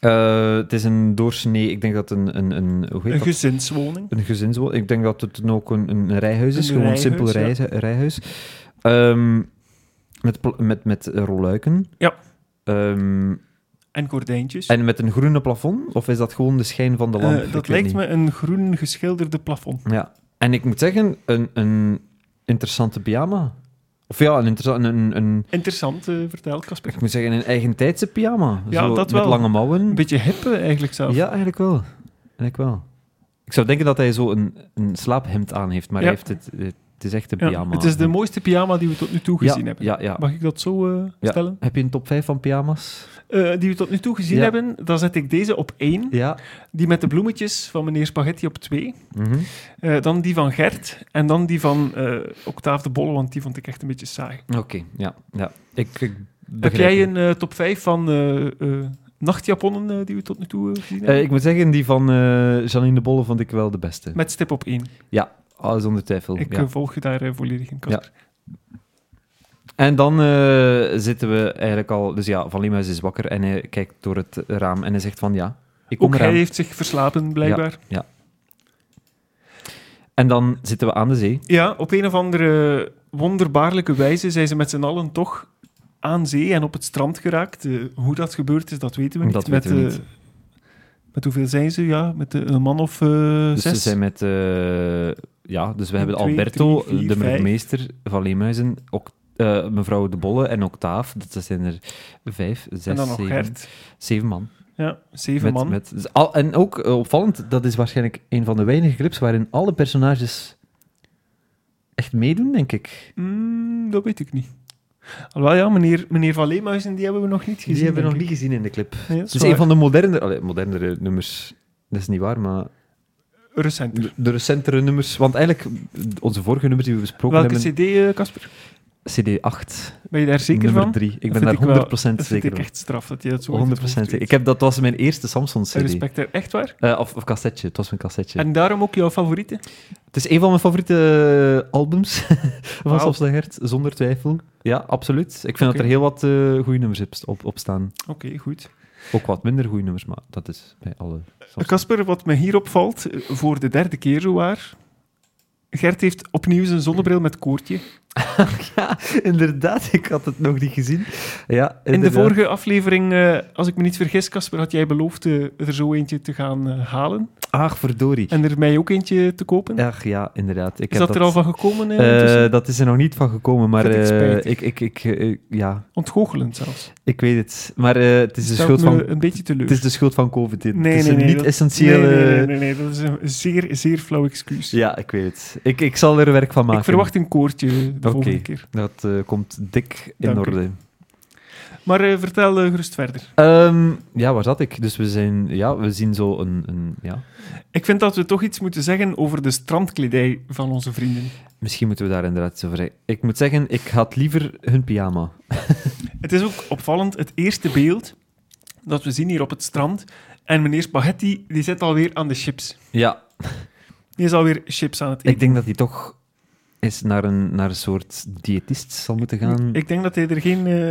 Het is een doorsnee, ik denk dat hoe heet Een dat? gezinswoning. Een gezinswoning. Ik denk dat het dan ook een rijhuis is, Een gewoon een rijhuis, simpel rijhuis. Met rolluiken. Ja. Ehm, En gordijntjes. en met een groene plafond? Of is dat gewoon de schijn van de lamp? Ik dat weet lijkt niet. me een groen geschilderde plafond. Ja. En ik moet zeggen, een interessante pyjama. Of ja, een Interessant, vertel Casper. ik moet zeggen, een eigentijdse pyjama. Ja, Zo, dat met wel. lange mouwen. Een beetje hip eigenlijk zelf. Ja, eigenlijk wel. Ik zou denken dat hij zo een slaaphemd aan heeft, maar Ja. hij heeft het is echt een Ja, pyjama. het is de mooiste pyjama die we tot nu toe gezien hebben. Ja. Mag ik dat zo Ja. stellen? Heb je een top 5 van pyjama's? Die we tot nu toe gezien Ja. hebben, dan zet ik deze op 1. Ja. Die met de bloemetjes van meneer Spaghetti op 2. Mhm. Dan die van Gert. En dan die van Octave de Bolle, want die vond ik echt een beetje saai. Oké, ja. Ik Heb begrijp jij je. een top 5 van nachtjaponnen die we tot nu toe gezien hebben? Ik moet zeggen, die van Janine de Bolle vond ik wel de beste. Met stip op 1. Zonder twijfel. Ik ja. volg je daar volledig in, Casper. En dan zitten we eigenlijk al... Dus ja, Van Leemhuis is wakker en hij kijkt door het raam en hij zegt van ja, ik kom Ook hij eraan. heeft zich verslapen, blijkbaar. En dan zitten we aan de zee. Ja, op een of andere wonderbaarlijke wijze zijn ze met z'n allen toch aan zee en op het strand geraakt. Hoe dat gebeurd is, dat weten we niet. Dat weten we niet. Met hoeveel zijn ze? Ja, met een man of Dus 6? ze zijn met... dus we hebben 2, Alberto, 3, 4, de 5. burgemeester van Leemhuizen, mevrouw de Bolle en Octave. Dat zijn er 5, 6, En dan nog 7, Gert. 7 man. Ja, 7 man. En ook opvallend, dat is waarschijnlijk een van de weinige clips waarin alle personages echt meedoen, denk ik. Dat weet ik niet. Alhoewel, ja, meneer Van Leemhuizen, die hebben we nog niet gezien. Die hebben we nog denk niet gezien in de clip. Nee, dat Het is is waar. een van de modernere nummers. Dat is niet waar, maar ik. Recenter. de recentere nummers. Want eigenlijk, onze vorige nummers die we besproken Welke hebben... cd, Casper? CD 8, Ben je daar zeker nummer van? 3. Ik Dat ben daar vind ik wel- 100% Dat zeker vind ik van. echt straf, dat je dat zo 100% zeker. Dat was mijn eerste Samsung-CD. Respect daar, echt waar? Of cassetje, het was mijn cassetje. En daarom ook jouw favoriete? Het is een van mijn favoriete albums van Wauw. Samson en Gert, zonder twijfel. Ja, absoluut. Ik vind dat er heel wat goede nummers op staan. Oké, goed. Ook wat minder goede nummers, maar dat is bij alle... Casper, wat me hier opvalt, voor de derde keer zowaar, Gert heeft opnieuw zijn zonnebril met koordje. Ja, inderdaad. Ik had het nog niet gezien. Ja, In de vorige aflevering, als ik me niet vergis, Casper, had jij beloofd er zo eentje te gaan halen. Ach, verdorie. En er mij ook eentje te kopen. Ach ja, inderdaad. Is dat er al van gekomen? intussen? Dat is er nog niet van gekomen, maar Vind ik spijtig. ja, Ontgoochelend zelfs. ik weet het. Maar het is de Stelt schuld me van... een beetje teleur. Het is de schuld van COVID. Het Nee, is nee, een nee, niet dat- essentiële... Nee, dat is een zeer, zeer flauw excuus. Ja, ik weet het. Ik zal er werk van maken. Ik verwacht een koordje de Oké. volgende keer. Dat komt dik in Dank u. orde. Maar vertel gerust verder. Ja, waar zat ik? Dus we zien zo een ja. Ik vind dat we toch iets moeten zeggen over de strandkledij van onze vrienden. Misschien moeten we daar inderdaad iets over zeggen. Ik moet zeggen, ik had liever hun pyjama. Het is ook opvallend, het eerste beeld dat we zien hier op het strand. En meneer Spaghetti, die zit alweer aan de chips. Ja, Die is alweer chips aan het eten. ik denk dat hij toch eens naar een soort diëtist zal moeten gaan. Ik denk dat hij er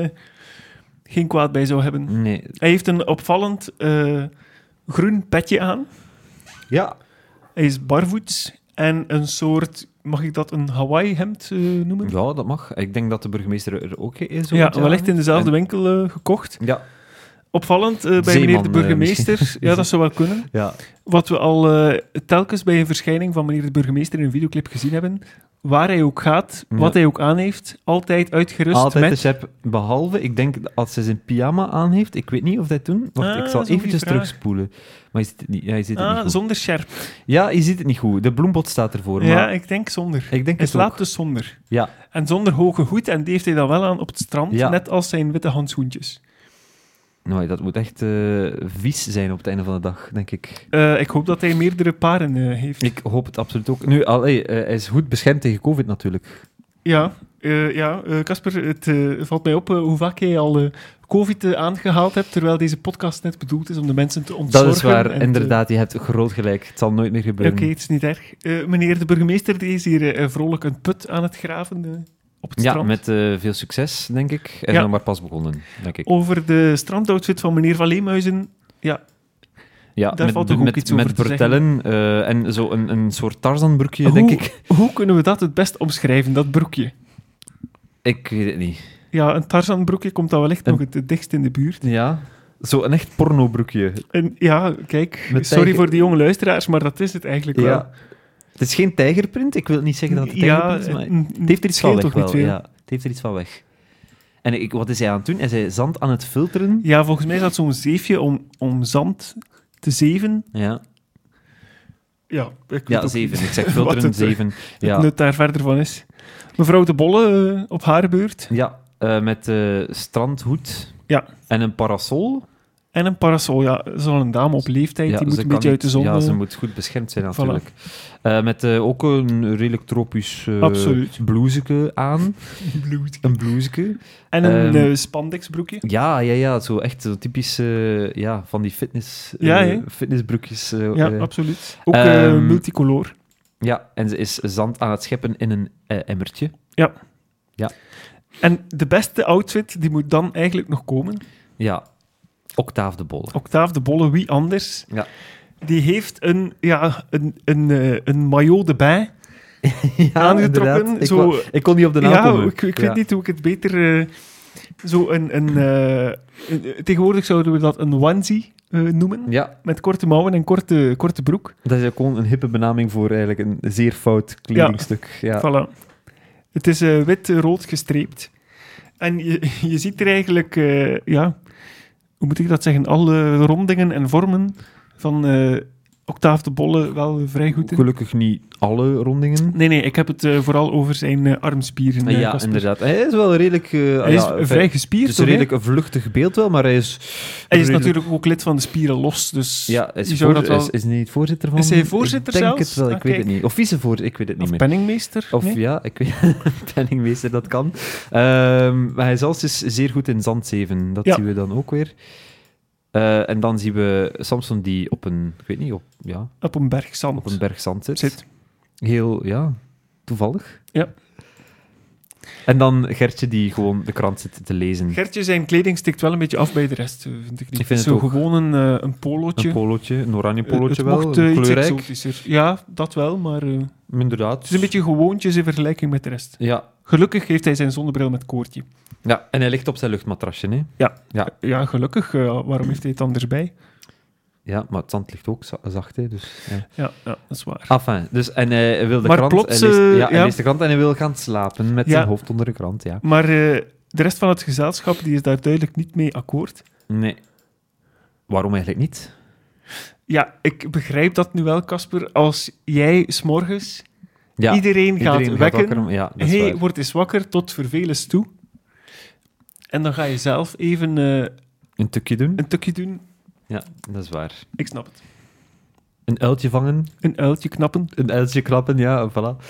geen kwaad bij zou hebben. Nee. Hij heeft een opvallend groen petje aan. Ja. Hij is barvoets en een soort, mag ik dat een Hawaii-hemd noemen? Ja, dat mag. Ik denk dat de burgemeester er ook is. Ja, wellicht in dezelfde winkel gekocht. Ja. Opvallend bij Zeeman, meneer de burgemeester. misschien. Ja, dat zou wel kunnen. Ja. Wat we al telkens bij een verschijning van meneer de burgemeester in een videoclip gezien hebben. Waar hij ook gaat, Ja. wat hij ook aan heeft, altijd uitgerust Altijd met... de chef, behalve, ik denk, als hij zijn pyjama aan heeft, ik weet niet of dat toen... Wacht, Ah, ik zal dat is een eventjes goeie vraag. terugspoelen. Maar je ziet het niet, ja, je ziet het niet goed. zonder sjerp. Ja, je ziet het niet goed. De bloembot staat ervoor, Ja, maar ik denk zonder. ik denk Hij het slaapt ook. dus zonder. Ja, En zonder hoge hoed, en die heeft hij dan wel aan op het strand, Ja. net als zijn witte handschoentjes. nou, dat moet echt vies zijn op het einde van de dag, denk ik. Ik hoop dat hij meerdere paren heeft. Ik hoop het absoluut ook. Nu, hij is goed beschermd tegen COVID natuurlijk. Ja, Casper, het valt mij op hoe vaak jij al COVID aangehaald hebt, terwijl deze podcast net bedoeld is om de mensen te ontzorgen. Dat is waar, en inderdaad. Je hebt groot gelijk. Het zal nooit meer gebeuren. Oké, het is niet erg. Meneer de burgemeester die is hier vrolijk een put aan het graven op het Ja, strand. met veel succes, denk ik. En Ja. nog maar pas begonnen, denk ik. Over de strandoutfit van meneer Van Leemhuizen Ja, Daar valt toch ook iets over met te bretellen en zo een soort Tarzanbroekje, denk ik. Hoe kunnen we dat het best omschrijven, dat broekje? Ik weet het niet. Ja, een Tarzanbroekje komt dan wellicht nog het dichtst in de buurt. Ja, zo een echt pornobroekje. En ja, kijk, Met sorry tijger- voor die jonge luisteraars, maar dat is het eigenlijk wel. Ja. Het is geen tijgerprint. Ik wil niet zeggen dat het tijgerprint is, maar het heeft er iets van scheelt weg toch niet wel. veel? Ja, het heeft er iets van weg. En wat is hij aan het doen? Is hij zand aan het filteren? Ja, volgens mij is dat zo'n zeefje om zand te zeven. Ja, Ja, ik weet ja ook 7. niet Ik zeg wat filteren, het, 7. het Ja, nut daar verder van is. Mevrouw de Bolle, op haar beurt. ja met strandhoed Ja. en een parasol. En een parasol, ja. Dat is al een dame op leeftijd, Ja, die moet ze een kan beetje uit de niet- zon. Ja, ze moet goed beschermd zijn Voilà. natuurlijk. Met ook een redelijk tropisch Absoluut. blouseke aan. Een blouseke. En een Ehm, spandexbroekje. Ja, zo echt zo typisch van die Ja, hè? fitnessbroekjes. Ja, absoluut. Ook ehm, multicolor. Ja, en ze is zand aan het scheppen in een emmertje. En de beste outfit, die moet dan eigenlijk nog komen. Ja, Octave de Bolle. Octave de Bolle, wie anders? Ja. Die heeft een maillot de bain aangetrokken. inderdaad. Zo, Ik kon niet op de naam ja, komen. ik Ja. weet niet hoe ik het beter... tegenwoordig zouden we dat een onesie noemen. Ja, Met korte mouwen en korte broek. dat is ook gewoon een hippe benaming voor eigenlijk een zeer fout kledingstuk. Ja. Voilà. Het is wit-rood gestreept. En je ziet er eigenlijk... hoe moet ik dat zeggen? Alle rondingen en vormen van Octave de Bolle wel vrij goed in. Gelukkig niet alle rondingen. Nee, ik heb het vooral over zijn armspieren. Ja, Casper. inderdaad. Hij is wel redelijk... Hij is vrij Het gespierd, is toch, een hè? redelijk een vluchtig beeld wel, maar hij is... Hij is redelijk- natuurlijk ook lid van de Spieren Los, dus Ja, hij je is, zou dat wel... is hij niet voorzitter van... Is hij voorzitter Ik denk zelfs? het wel, ik Ah, weet kijk. het niet. Of vicevoorzitter, ik weet het niet Of meer. penningmeester? Of Nee? ja, ik weet... penningmeester, dat kan. Maar hij zelfs is zeer goed in zandzeven. Dat Ja. zien we dan ook weer. En dan zien we Samson die op een... Ik weet niet, op Op een berg zand. een berg zand zit. Zit. Heel, toevallig. Ja. En dan Gertje die gewoon de krant zit te lezen. Gertje, zijn kleding stikt wel een beetje af bij de rest, vind ik niet. Ik vind Zo het ook. gewoon een polootje. Een polootje, een oranje polootje het wel, mocht een iets kleurrijk. exotischer. Ja, dat wel, maar het Inderdaad. is een beetje gewoontjes in vergelijking met de rest. Ja. Gelukkig heeft hij zijn zonnebril met koordje. Ja, en hij ligt op zijn luchtmatrasje, hè. Ja, gelukkig. Waarom heeft hij het anders bij? Ja, maar het zand ligt ook zacht, hè, dus... Ja. Ja, dat is waar. Enfin, dus, en hij wil de Maar krant... plots, hij leest, hij ja. leest de krant en hij wil gaan slapen met Ja. zijn hoofd onder de krant, ja. Maar de rest van het gezelschap die is daar duidelijk niet mee akkoord. Nee. Waarom eigenlijk niet? Ja, ik begrijp dat nu wel, Casper. Als jij 's morgens Ja, iedereen gaat wekken, wakker, ja, dat is hey, waar. word eens wakker tot vervelens toe. En dan ga je zelf even Een tukje doen? een tukje doen. Ja, dat is waar. Ik snap het. Een uiltje vangen, Een uiltje knappen. een uiltje klappen, ja, voilà.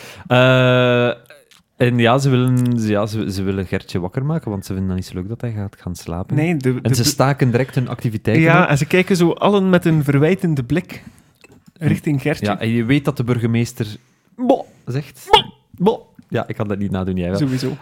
En ja, ze willen Gertje wakker maken, want ze vinden dat niet zo leuk dat hij gaat gaan slapen. Nee, En ze staken direct hun activiteiten ja, op. en ze kijken zo allen met een verwijtende blik richting Gertje. Ja, en je weet dat de burgemeester bo zegt. Bo. Ja, ik kan dat niet nadoen, jij wel. Sowieso.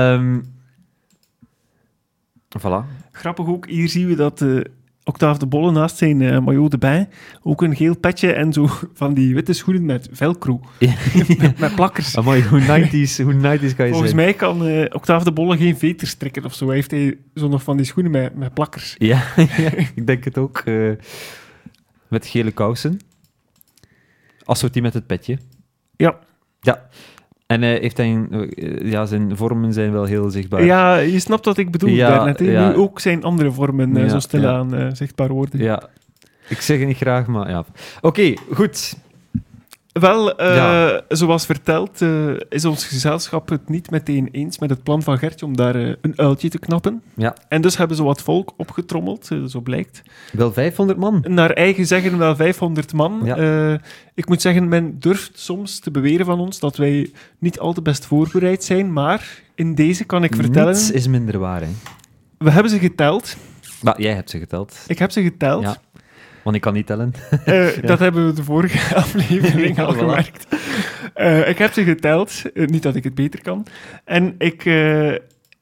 Voilà. Grappig ook, hier zien we dat Octave de Bolle naast zijn maillot de bain ook een geel petje en zo van die witte schoenen met velcro. met plakkers. Amai, hoe 90's kan je Volgens zijn? mij kan Octave de Bolle geen veters trekken of zo. Hij heeft zo nog van die schoenen met plakkers. Ja, ik denk het ook. Met gele kousen. Assortie met het petje. Ja. Ja. En heeft zijn vormen zijn wel heel zichtbaar. Ja, je snapt wat ik bedoel Ja, daarnet. Hè? ja. Nu ook zijn andere vormen Ja, zo stilaan zichtbaar worden. Ja. Ik zeg het niet graag, maar ja. Oké, goed. Wel, Ja. zoals verteld, is ons gezelschap het niet meteen eens met het plan van Gertje om daar een uiltje te knappen. Ja. En dus hebben ze wat volk opgetrommeld, zo blijkt. Wel 500 man. Naar eigen zeggen wel 500 man. Ja. Ik moet zeggen, men durft soms te beweren van ons dat wij niet al te best voorbereid zijn, maar in deze kan ik vertellen... Niets is minder waar, hè. We hebben ze geteld. Maar jij hebt ze geteld. Ik heb ze geteld. Ja. Want ik kan niet tellen. Dat hebben we de vorige aflevering Ja, al voilà. gemerkt. Ik heb ze geteld. Niet dat ik het beter kan. En ik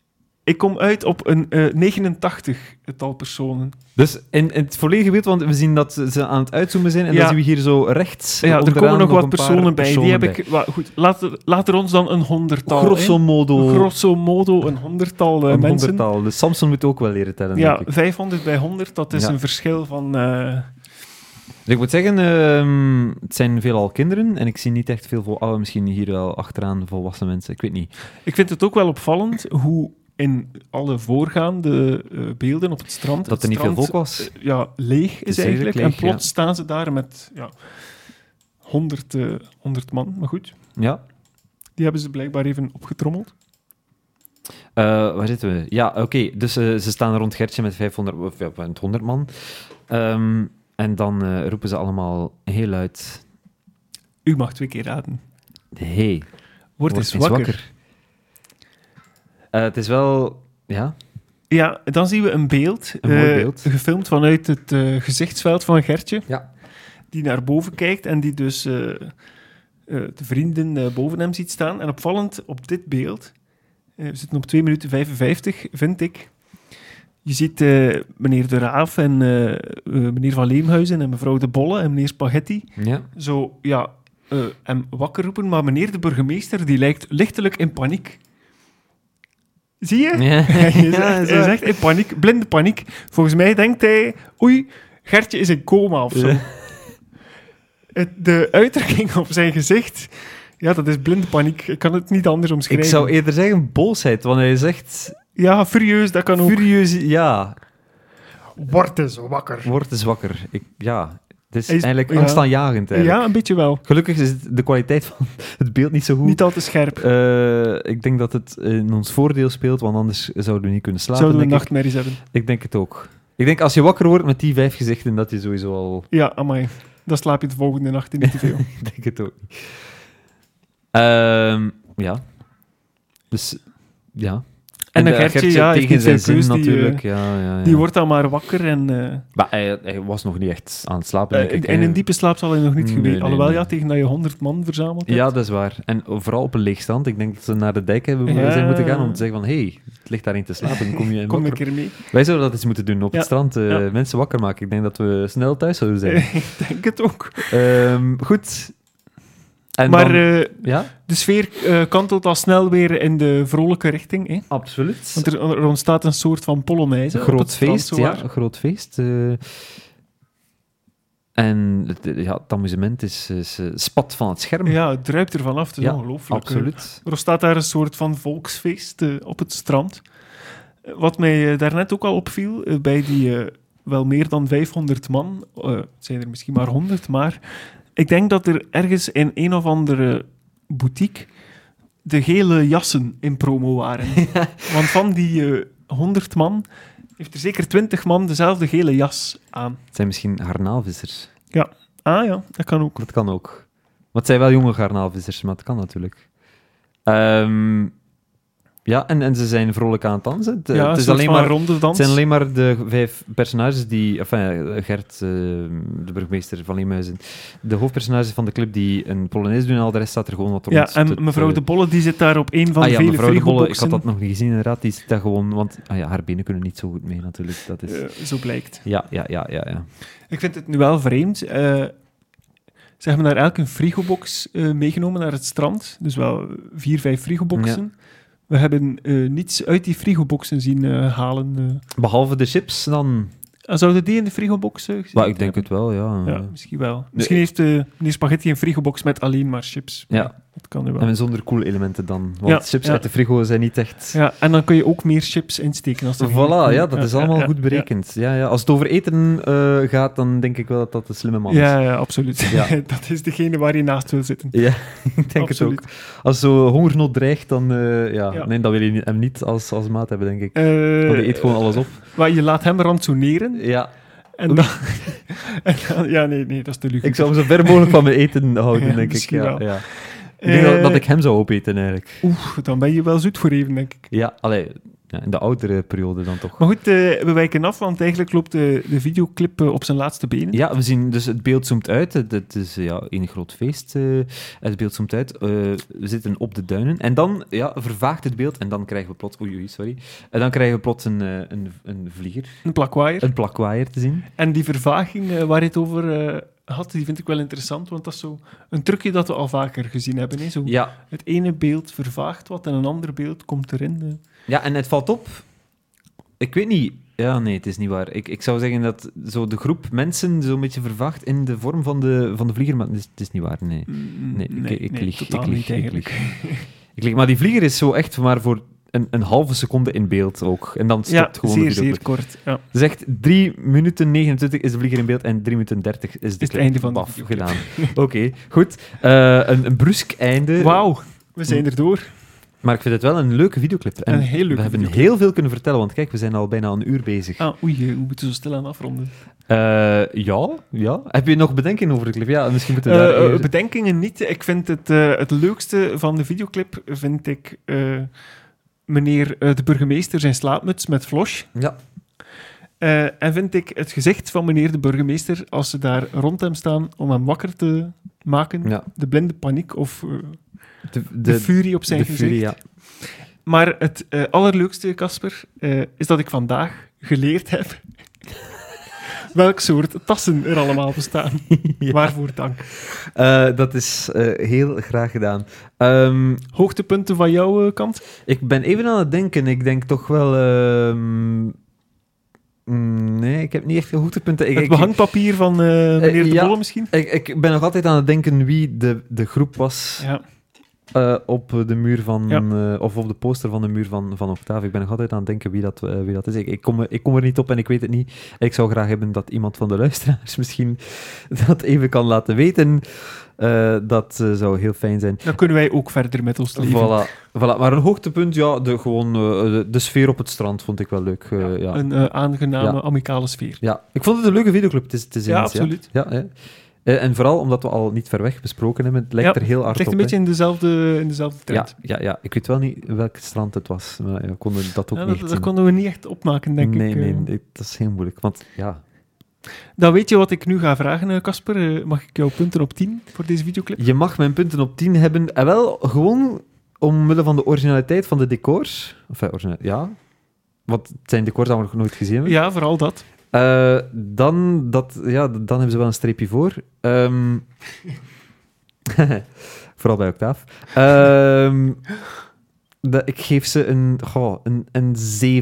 Ik kom uit op een 89-tal personen. Dus in het volledige beeld, want we zien dat ze aan het uitzoomen zijn en Ja. dan zien we hier zo rechts Ja, er onderaan komen nog wat een paar personen bij. Die heb bij. ik... Goed, laat er ons dan een 100-tal... Grosso modo Grosso modo een 100-tal een mensen. 100-tal. Dus Samson moet ook wel leren tellen, Ja, denk ik. 500 bij 100, dat is Ja. een verschil van... Dus ik moet zeggen, het zijn veelal kinderen en ik zie niet echt veel misschien hier wel achteraan volwassen mensen. Ik weet niet. Ik vind het ook wel opvallend hoe in alle voorgaande beelden op het strand... Dat het er niet veel strand, volk was. leeg is eigenlijk. leeg, En plots staan ze daar met 100 man. Maar goed, Ja. die hebben ze blijkbaar even opgetrommeld. Waar zitten we? Ja, oké. Dus ze staan rond Gertje met 500 of ja, met 100 man. En dan roepen ze allemaal heel luid: U mag 2 keer raden. hey, Word eens wakker. Het is wel... Ja, Ja, dan zien we een beeld. Een mooi beeld. Gefilmd vanuit het gezichtsveld van Gertje. Ja. Die naar boven kijkt en die dus de vrienden boven hem ziet staan. En opvallend op dit beeld, we zitten op 2 minuten 55, vind ik. Je ziet meneer De Raaf en meneer Van Leemhuizen en mevrouw De Bolle en meneer Spaghetti ja. zo, hem wakker roepen. Maar meneer de burgemeester, die lijkt lichtelijk in paniek. Zie je? Ja. Hij is echt in paniek, blinde paniek. Volgens mij denkt hij, oei, Gertje is in coma of zo. Ja. De uitdrukking op zijn gezicht, ja, dat is blinde paniek. Ik kan het niet anders Ik omschrijven. zou eerder zeggen boosheid, want hij zegt... Ja, furieus, dat kan ook. Furieus, ja. Word eens wakker. Word eens wakker. Het is Hij is- eigenlijk ja. angstaanjagend, eigenlijk. Ja, een beetje wel. Gelukkig is de kwaliteit van het beeld niet zo goed. Niet al te scherp. Ik denk dat het in ons voordeel speelt, want anders zouden we niet kunnen slapen. Zouden we denk ik. nachtmerries hebben. Ik denk het ook. Ik denk als je wakker wordt met die 5 gezichten, dat je sowieso al... Ja, amai. Dan slaap je de volgende nacht niet te veel. Ik denk het ook niet. Ja. Dus, ja. En dan Gertje, ja, heeft tegen niet zijn veel zin keus, die, natuurlijk. Ja. Die wordt dan maar wakker en... Maar hij was nog niet echt aan het slapen, denk ik. en in diepe slaap zal hij nog niet Nee, geweest. nee, Alhoewel, nee. ja, tegen dat je 100 man verzameld hebt. Ja, dat is waar. En vooral op een leeg strand. Ik denk dat ze naar de dijk zijn moeten gaan om te zeggen van hé, het ligt daarin te slapen. Kom je Kom een wakker? keer mee. Wij zouden dat eens moeten doen op Ja. het strand. Ja. Mensen wakker maken. Ik denk dat we snel thuis zouden zijn. Ik denk het ook. Goed. En Maar dan, ja, de sfeer kantelt al snel weer in de vrolijke richting. Hè? absoluut. Want er ontstaat een soort van polonaise. Een op het groot strand, feest, zowaar. ja. Een groot feest. En het amusement is spat van het scherm. Ja, het druipt er vanaf. Het is Ja, ongelooflijk. absoluut. Er staat daar een soort van volksfeest op het strand. Wat mij daarnet ook al opviel, bij die wel meer dan 500 man, het zijn er misschien maar 100, maar ik denk dat er ergens in een of andere boutique de gele jassen in promo waren. Want van die 100 man heeft er zeker 20 man dezelfde gele jas aan. Het zijn misschien garnaalvissers. Ah ja, dat kan ook. Dat kan ook. Maar het zijn wel jonge garnaalvissers, maar het kan natuurlijk. Ja, en ze zijn vrolijk aan het dansen. Het Ja, is alleen maar... ronde dans. Het zijn alleen maar de 5 personages die... Enfin, Gert, de burgemeester van Leemhuizen, de hoofdpersonages van de club die een Polonaise doen en al de rest staat er gewoon wat rond. Ja, en mevrouw De Bolle die zit daar op een van de vele mevrouw De Bolle, ik had frigoboxen. dat nog niet gezien inderdaad, die zit daar gewoon... Want haar benen kunnen niet zo goed mee natuurlijk. Dat is... Zo blijkt. Ja. Ik vind het nu wel vreemd. Ze hebben daar elk een frigobox meegenomen naar het strand. Dus wel 4, 5 frigoboxen. We hebben niets uit die frigoboxen zien halen. Behalve de chips dan... Zouden die in de frigobox gezien Maar ik denk hebben? het wel, ja. Ja, misschien wel. Misschien heeft meneer Spaghetti een frigobox met alleen maar chips. Ja. Dat kan nu wel. En zonder cool elementen dan. Want Ja, chips ja. uit de frigo zijn niet echt... Ja, en dan kun je ook meer chips insteken. Als er geen- Voilà, ja, dat is allemaal ja, goed berekend. Ja. Als het over eten gaat, dan denk ik wel dat dat een slimme man is. Ja, absoluut. Ja. Dat is degene waar je naast wil zitten. Ja, ik denk Absoluut. het ook. Als zo hongersnood dreigt, dan, Ja. Nee, dan wil je hem niet als maat hebben, denk ik. Eh, Want hij eet gewoon alles op. Maar je laat hem rantsoeneren. Ja, En dan, ja, nee, dat is te lucht. ik zou hem zo ver mogelijk van mijn eten houden, Ja, denk ik. misschien wel. Ik denk dat ik hem zou opeten, eigenlijk. Dan ben je wel zoet voor even, denk ik. Ja, allee, in de oudere periode dan toch. Maar goed, we wijken af, want eigenlijk loopt de videoclip op zijn laatste benen. Ja, we zien dus het beeld zoomt uit. Het is een groot feest. Het beeld zoomt uit. We zitten op de duinen. En dan vervaagt het beeld en dan krijgen we plots... sorry. En dan krijgen we plots een vlieger. Een plakwaaier. Een plakwaaier te zien. En die vervaging waar je het over had, die vind ik wel interessant, want dat is zo een trucje dat we al vaker gezien hebben. Hè? Zo het ene beeld vervaagt wat en een ander beeld komt erin. Ja, en het valt op. Ik weet niet... Ja, nee, het is niet waar. Ik zou zeggen dat zo de groep mensen zo'n beetje vervaagt in de vorm van de vlieger, maar het is niet waar, nee. Ik lieg. Maar die vlieger is zo echt maar voor een halve seconde in beeld ook. En dan stopt gewoon de video. Zeer kort. Ja. Dus echt 3 minuten 29 is de vlieger in beeld en 3 minuten 30 is het einde van de video gedaan. Oké, goed. Een brusk einde. Wauw, we zijn erdoor. Maar ik vind het wel een leuke videoclip. En een heel leuke we hebben videoclip. heel veel kunnen vertellen, want kijk, we zijn al bijna een uur bezig. Hoe moeten we zo stilaan afronden? Ja. Heb je nog bedenkingen over de clip? Ja, misschien moeten we daar... Bedenkingen niet. Ik vind het leukste van de videoclip, vind ik meneer de burgemeester zijn slaapmuts met flosh. Ja. En vind ik het gezicht van meneer de burgemeester, als ze daar rond hem staan om hem wakker te maken, de blinde paniek of... De furie op zijn gezicht. Furie, ja. Maar het allerleukste, Casper, is dat ik vandaag geleerd heb welk soort tassen er allemaal bestaan. Ja. Waarvoor dank. Dat is heel graag gedaan. Hoogtepunten van jouw kant? Ik ben even aan het denken. Ik denk toch wel... nee, ik heb niet echt veel hoogtepunten. Het behangpapier van meneer De Bolle misschien? Ik ben nog altijd aan het denken wie de groep was... Ja. Op de muur van... of op de poster van de muur van Octave. Ik ben nog altijd aan het denken wie dat is. Ik kom er niet op en ik weet het niet. Ik zou graag hebben dat iemand van de luisteraars misschien dat even kan laten weten. Dat zou heel fijn zijn. Dan kunnen wij ook verder met ons leven. Voilà. Maar een hoogtepunt, de sfeer op het strand vond ik wel leuk. Een aangename, amicale sfeer. Ja, ik vond het een leuke videoclip. Ja, absoluut. Ja. En vooral omdat we al niet ver weg besproken hebben. Het lijkt er heel hard op. Het ligt een beetje in dezelfde trend. Ja. Ik weet wel niet welk strand het was. Maar we konden dat ook niet zien. Dat konden we niet echt opmaken, denk ik. Nee, dat is heel moeilijk. Want ja... Dan weet je wat ik nu ga vragen, Casper. Mag ik jouw punten op 10 voor deze videoclip? Je mag mijn punten op 10 hebben. En wel gewoon omwille van de originaliteit van de decors. Want het zijn decors dat we nog nooit gezien hebben. Ja, vooral dat. Dan hebben ze wel een streepje voor. Vooral bij Octave. Ik geef ze een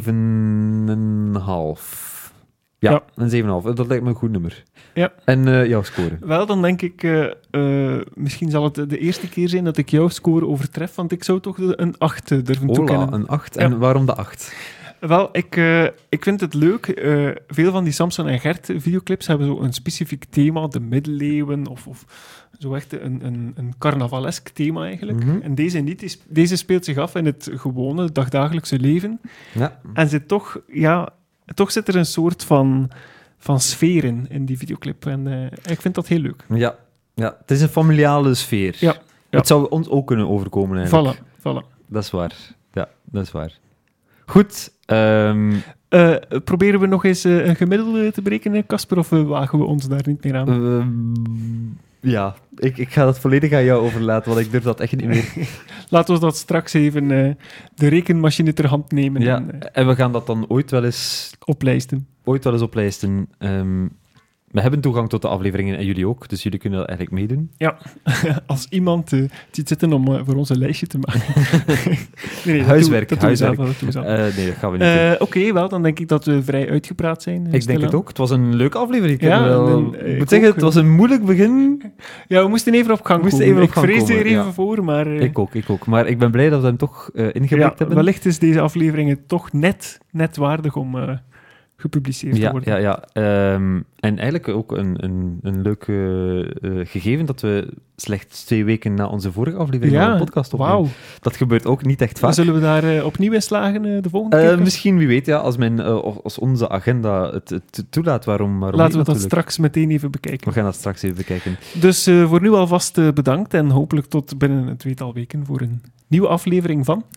7,5. Ja, een 7,5. Dat lijkt me een goed nummer. Ja. En jouw score? Wel, dan denk ik... misschien zal het de eerste keer zijn dat ik jouw score overtref, want ik zou toch een 8 durven toekennen. Een 8? En waarom de 8? Wel, ik vind het leuk. Veel van die Samson en Gert videoclips hebben zo een specifiek thema, de middeleeuwen, of zo echt een carnavalesk thema eigenlijk. Mm-hmm. En deze niet. Deze speelt zich af in het gewone, dagdagelijkse leven. Ja. En toch zit er een soort van sfeer in die videoclip. En ik vind dat heel leuk. Ja, het is een familiale sfeer. Ja. Het zou ons ook kunnen overkomen eigenlijk. Voilà. Dat is waar. Ja, dat is waar. Goed. Proberen we nog eens een gemiddelde te berekenen, Casper, of wagen we ons daar niet meer aan? Ik ga dat volledig aan jou overlaten, want ik durf dat echt niet meer. Laten we dat straks even de rekenmachine ter hand nemen. Ja, en we gaan dat dan ooit wel eens oplijsten. We hebben toegang tot de afleveringen en jullie ook, dus jullie kunnen dat eigenlijk meedoen. Ja, als iemand het ziet zitten om voor ons een lijstje te maken. nee, huiswerk. Dat doen we zelf. Nee, dat gaan we niet doen. Oké, wel, dan denk ik dat we vrij uitgepraat zijn. Ik denk het ook. Het was een leuke aflevering. Ik moet zeggen, het was een moeilijk begin. Ja, we moesten even op gang komen. Ik vreesde er even voor, maar... Ik ook. Maar ik ben blij dat we hem toch ingebracht hebben. Wellicht is deze aflevering toch net waardig om... gepubliceerd te worden. Ja. En eigenlijk ook een leuk gegeven dat we slechts 2 weken na onze vorige aflevering van de podcast opnemen. Wauw. Dat gebeurt ook niet echt vaak. Zullen we daar opnieuw in slagen de volgende keer? Misschien, wie weet, als onze agenda het toelaat. Waarom Laten we dat straks meteen even bekijken. We gaan dat straks even bekijken. Dus voor nu alvast bedankt en hopelijk tot binnen een 2-tal weken voor een nieuwe aflevering van...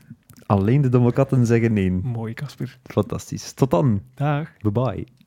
Alleen de domme katten zeggen nee. Mooi, Casper. Fantastisch. Tot dan. Dag. Bye-bye.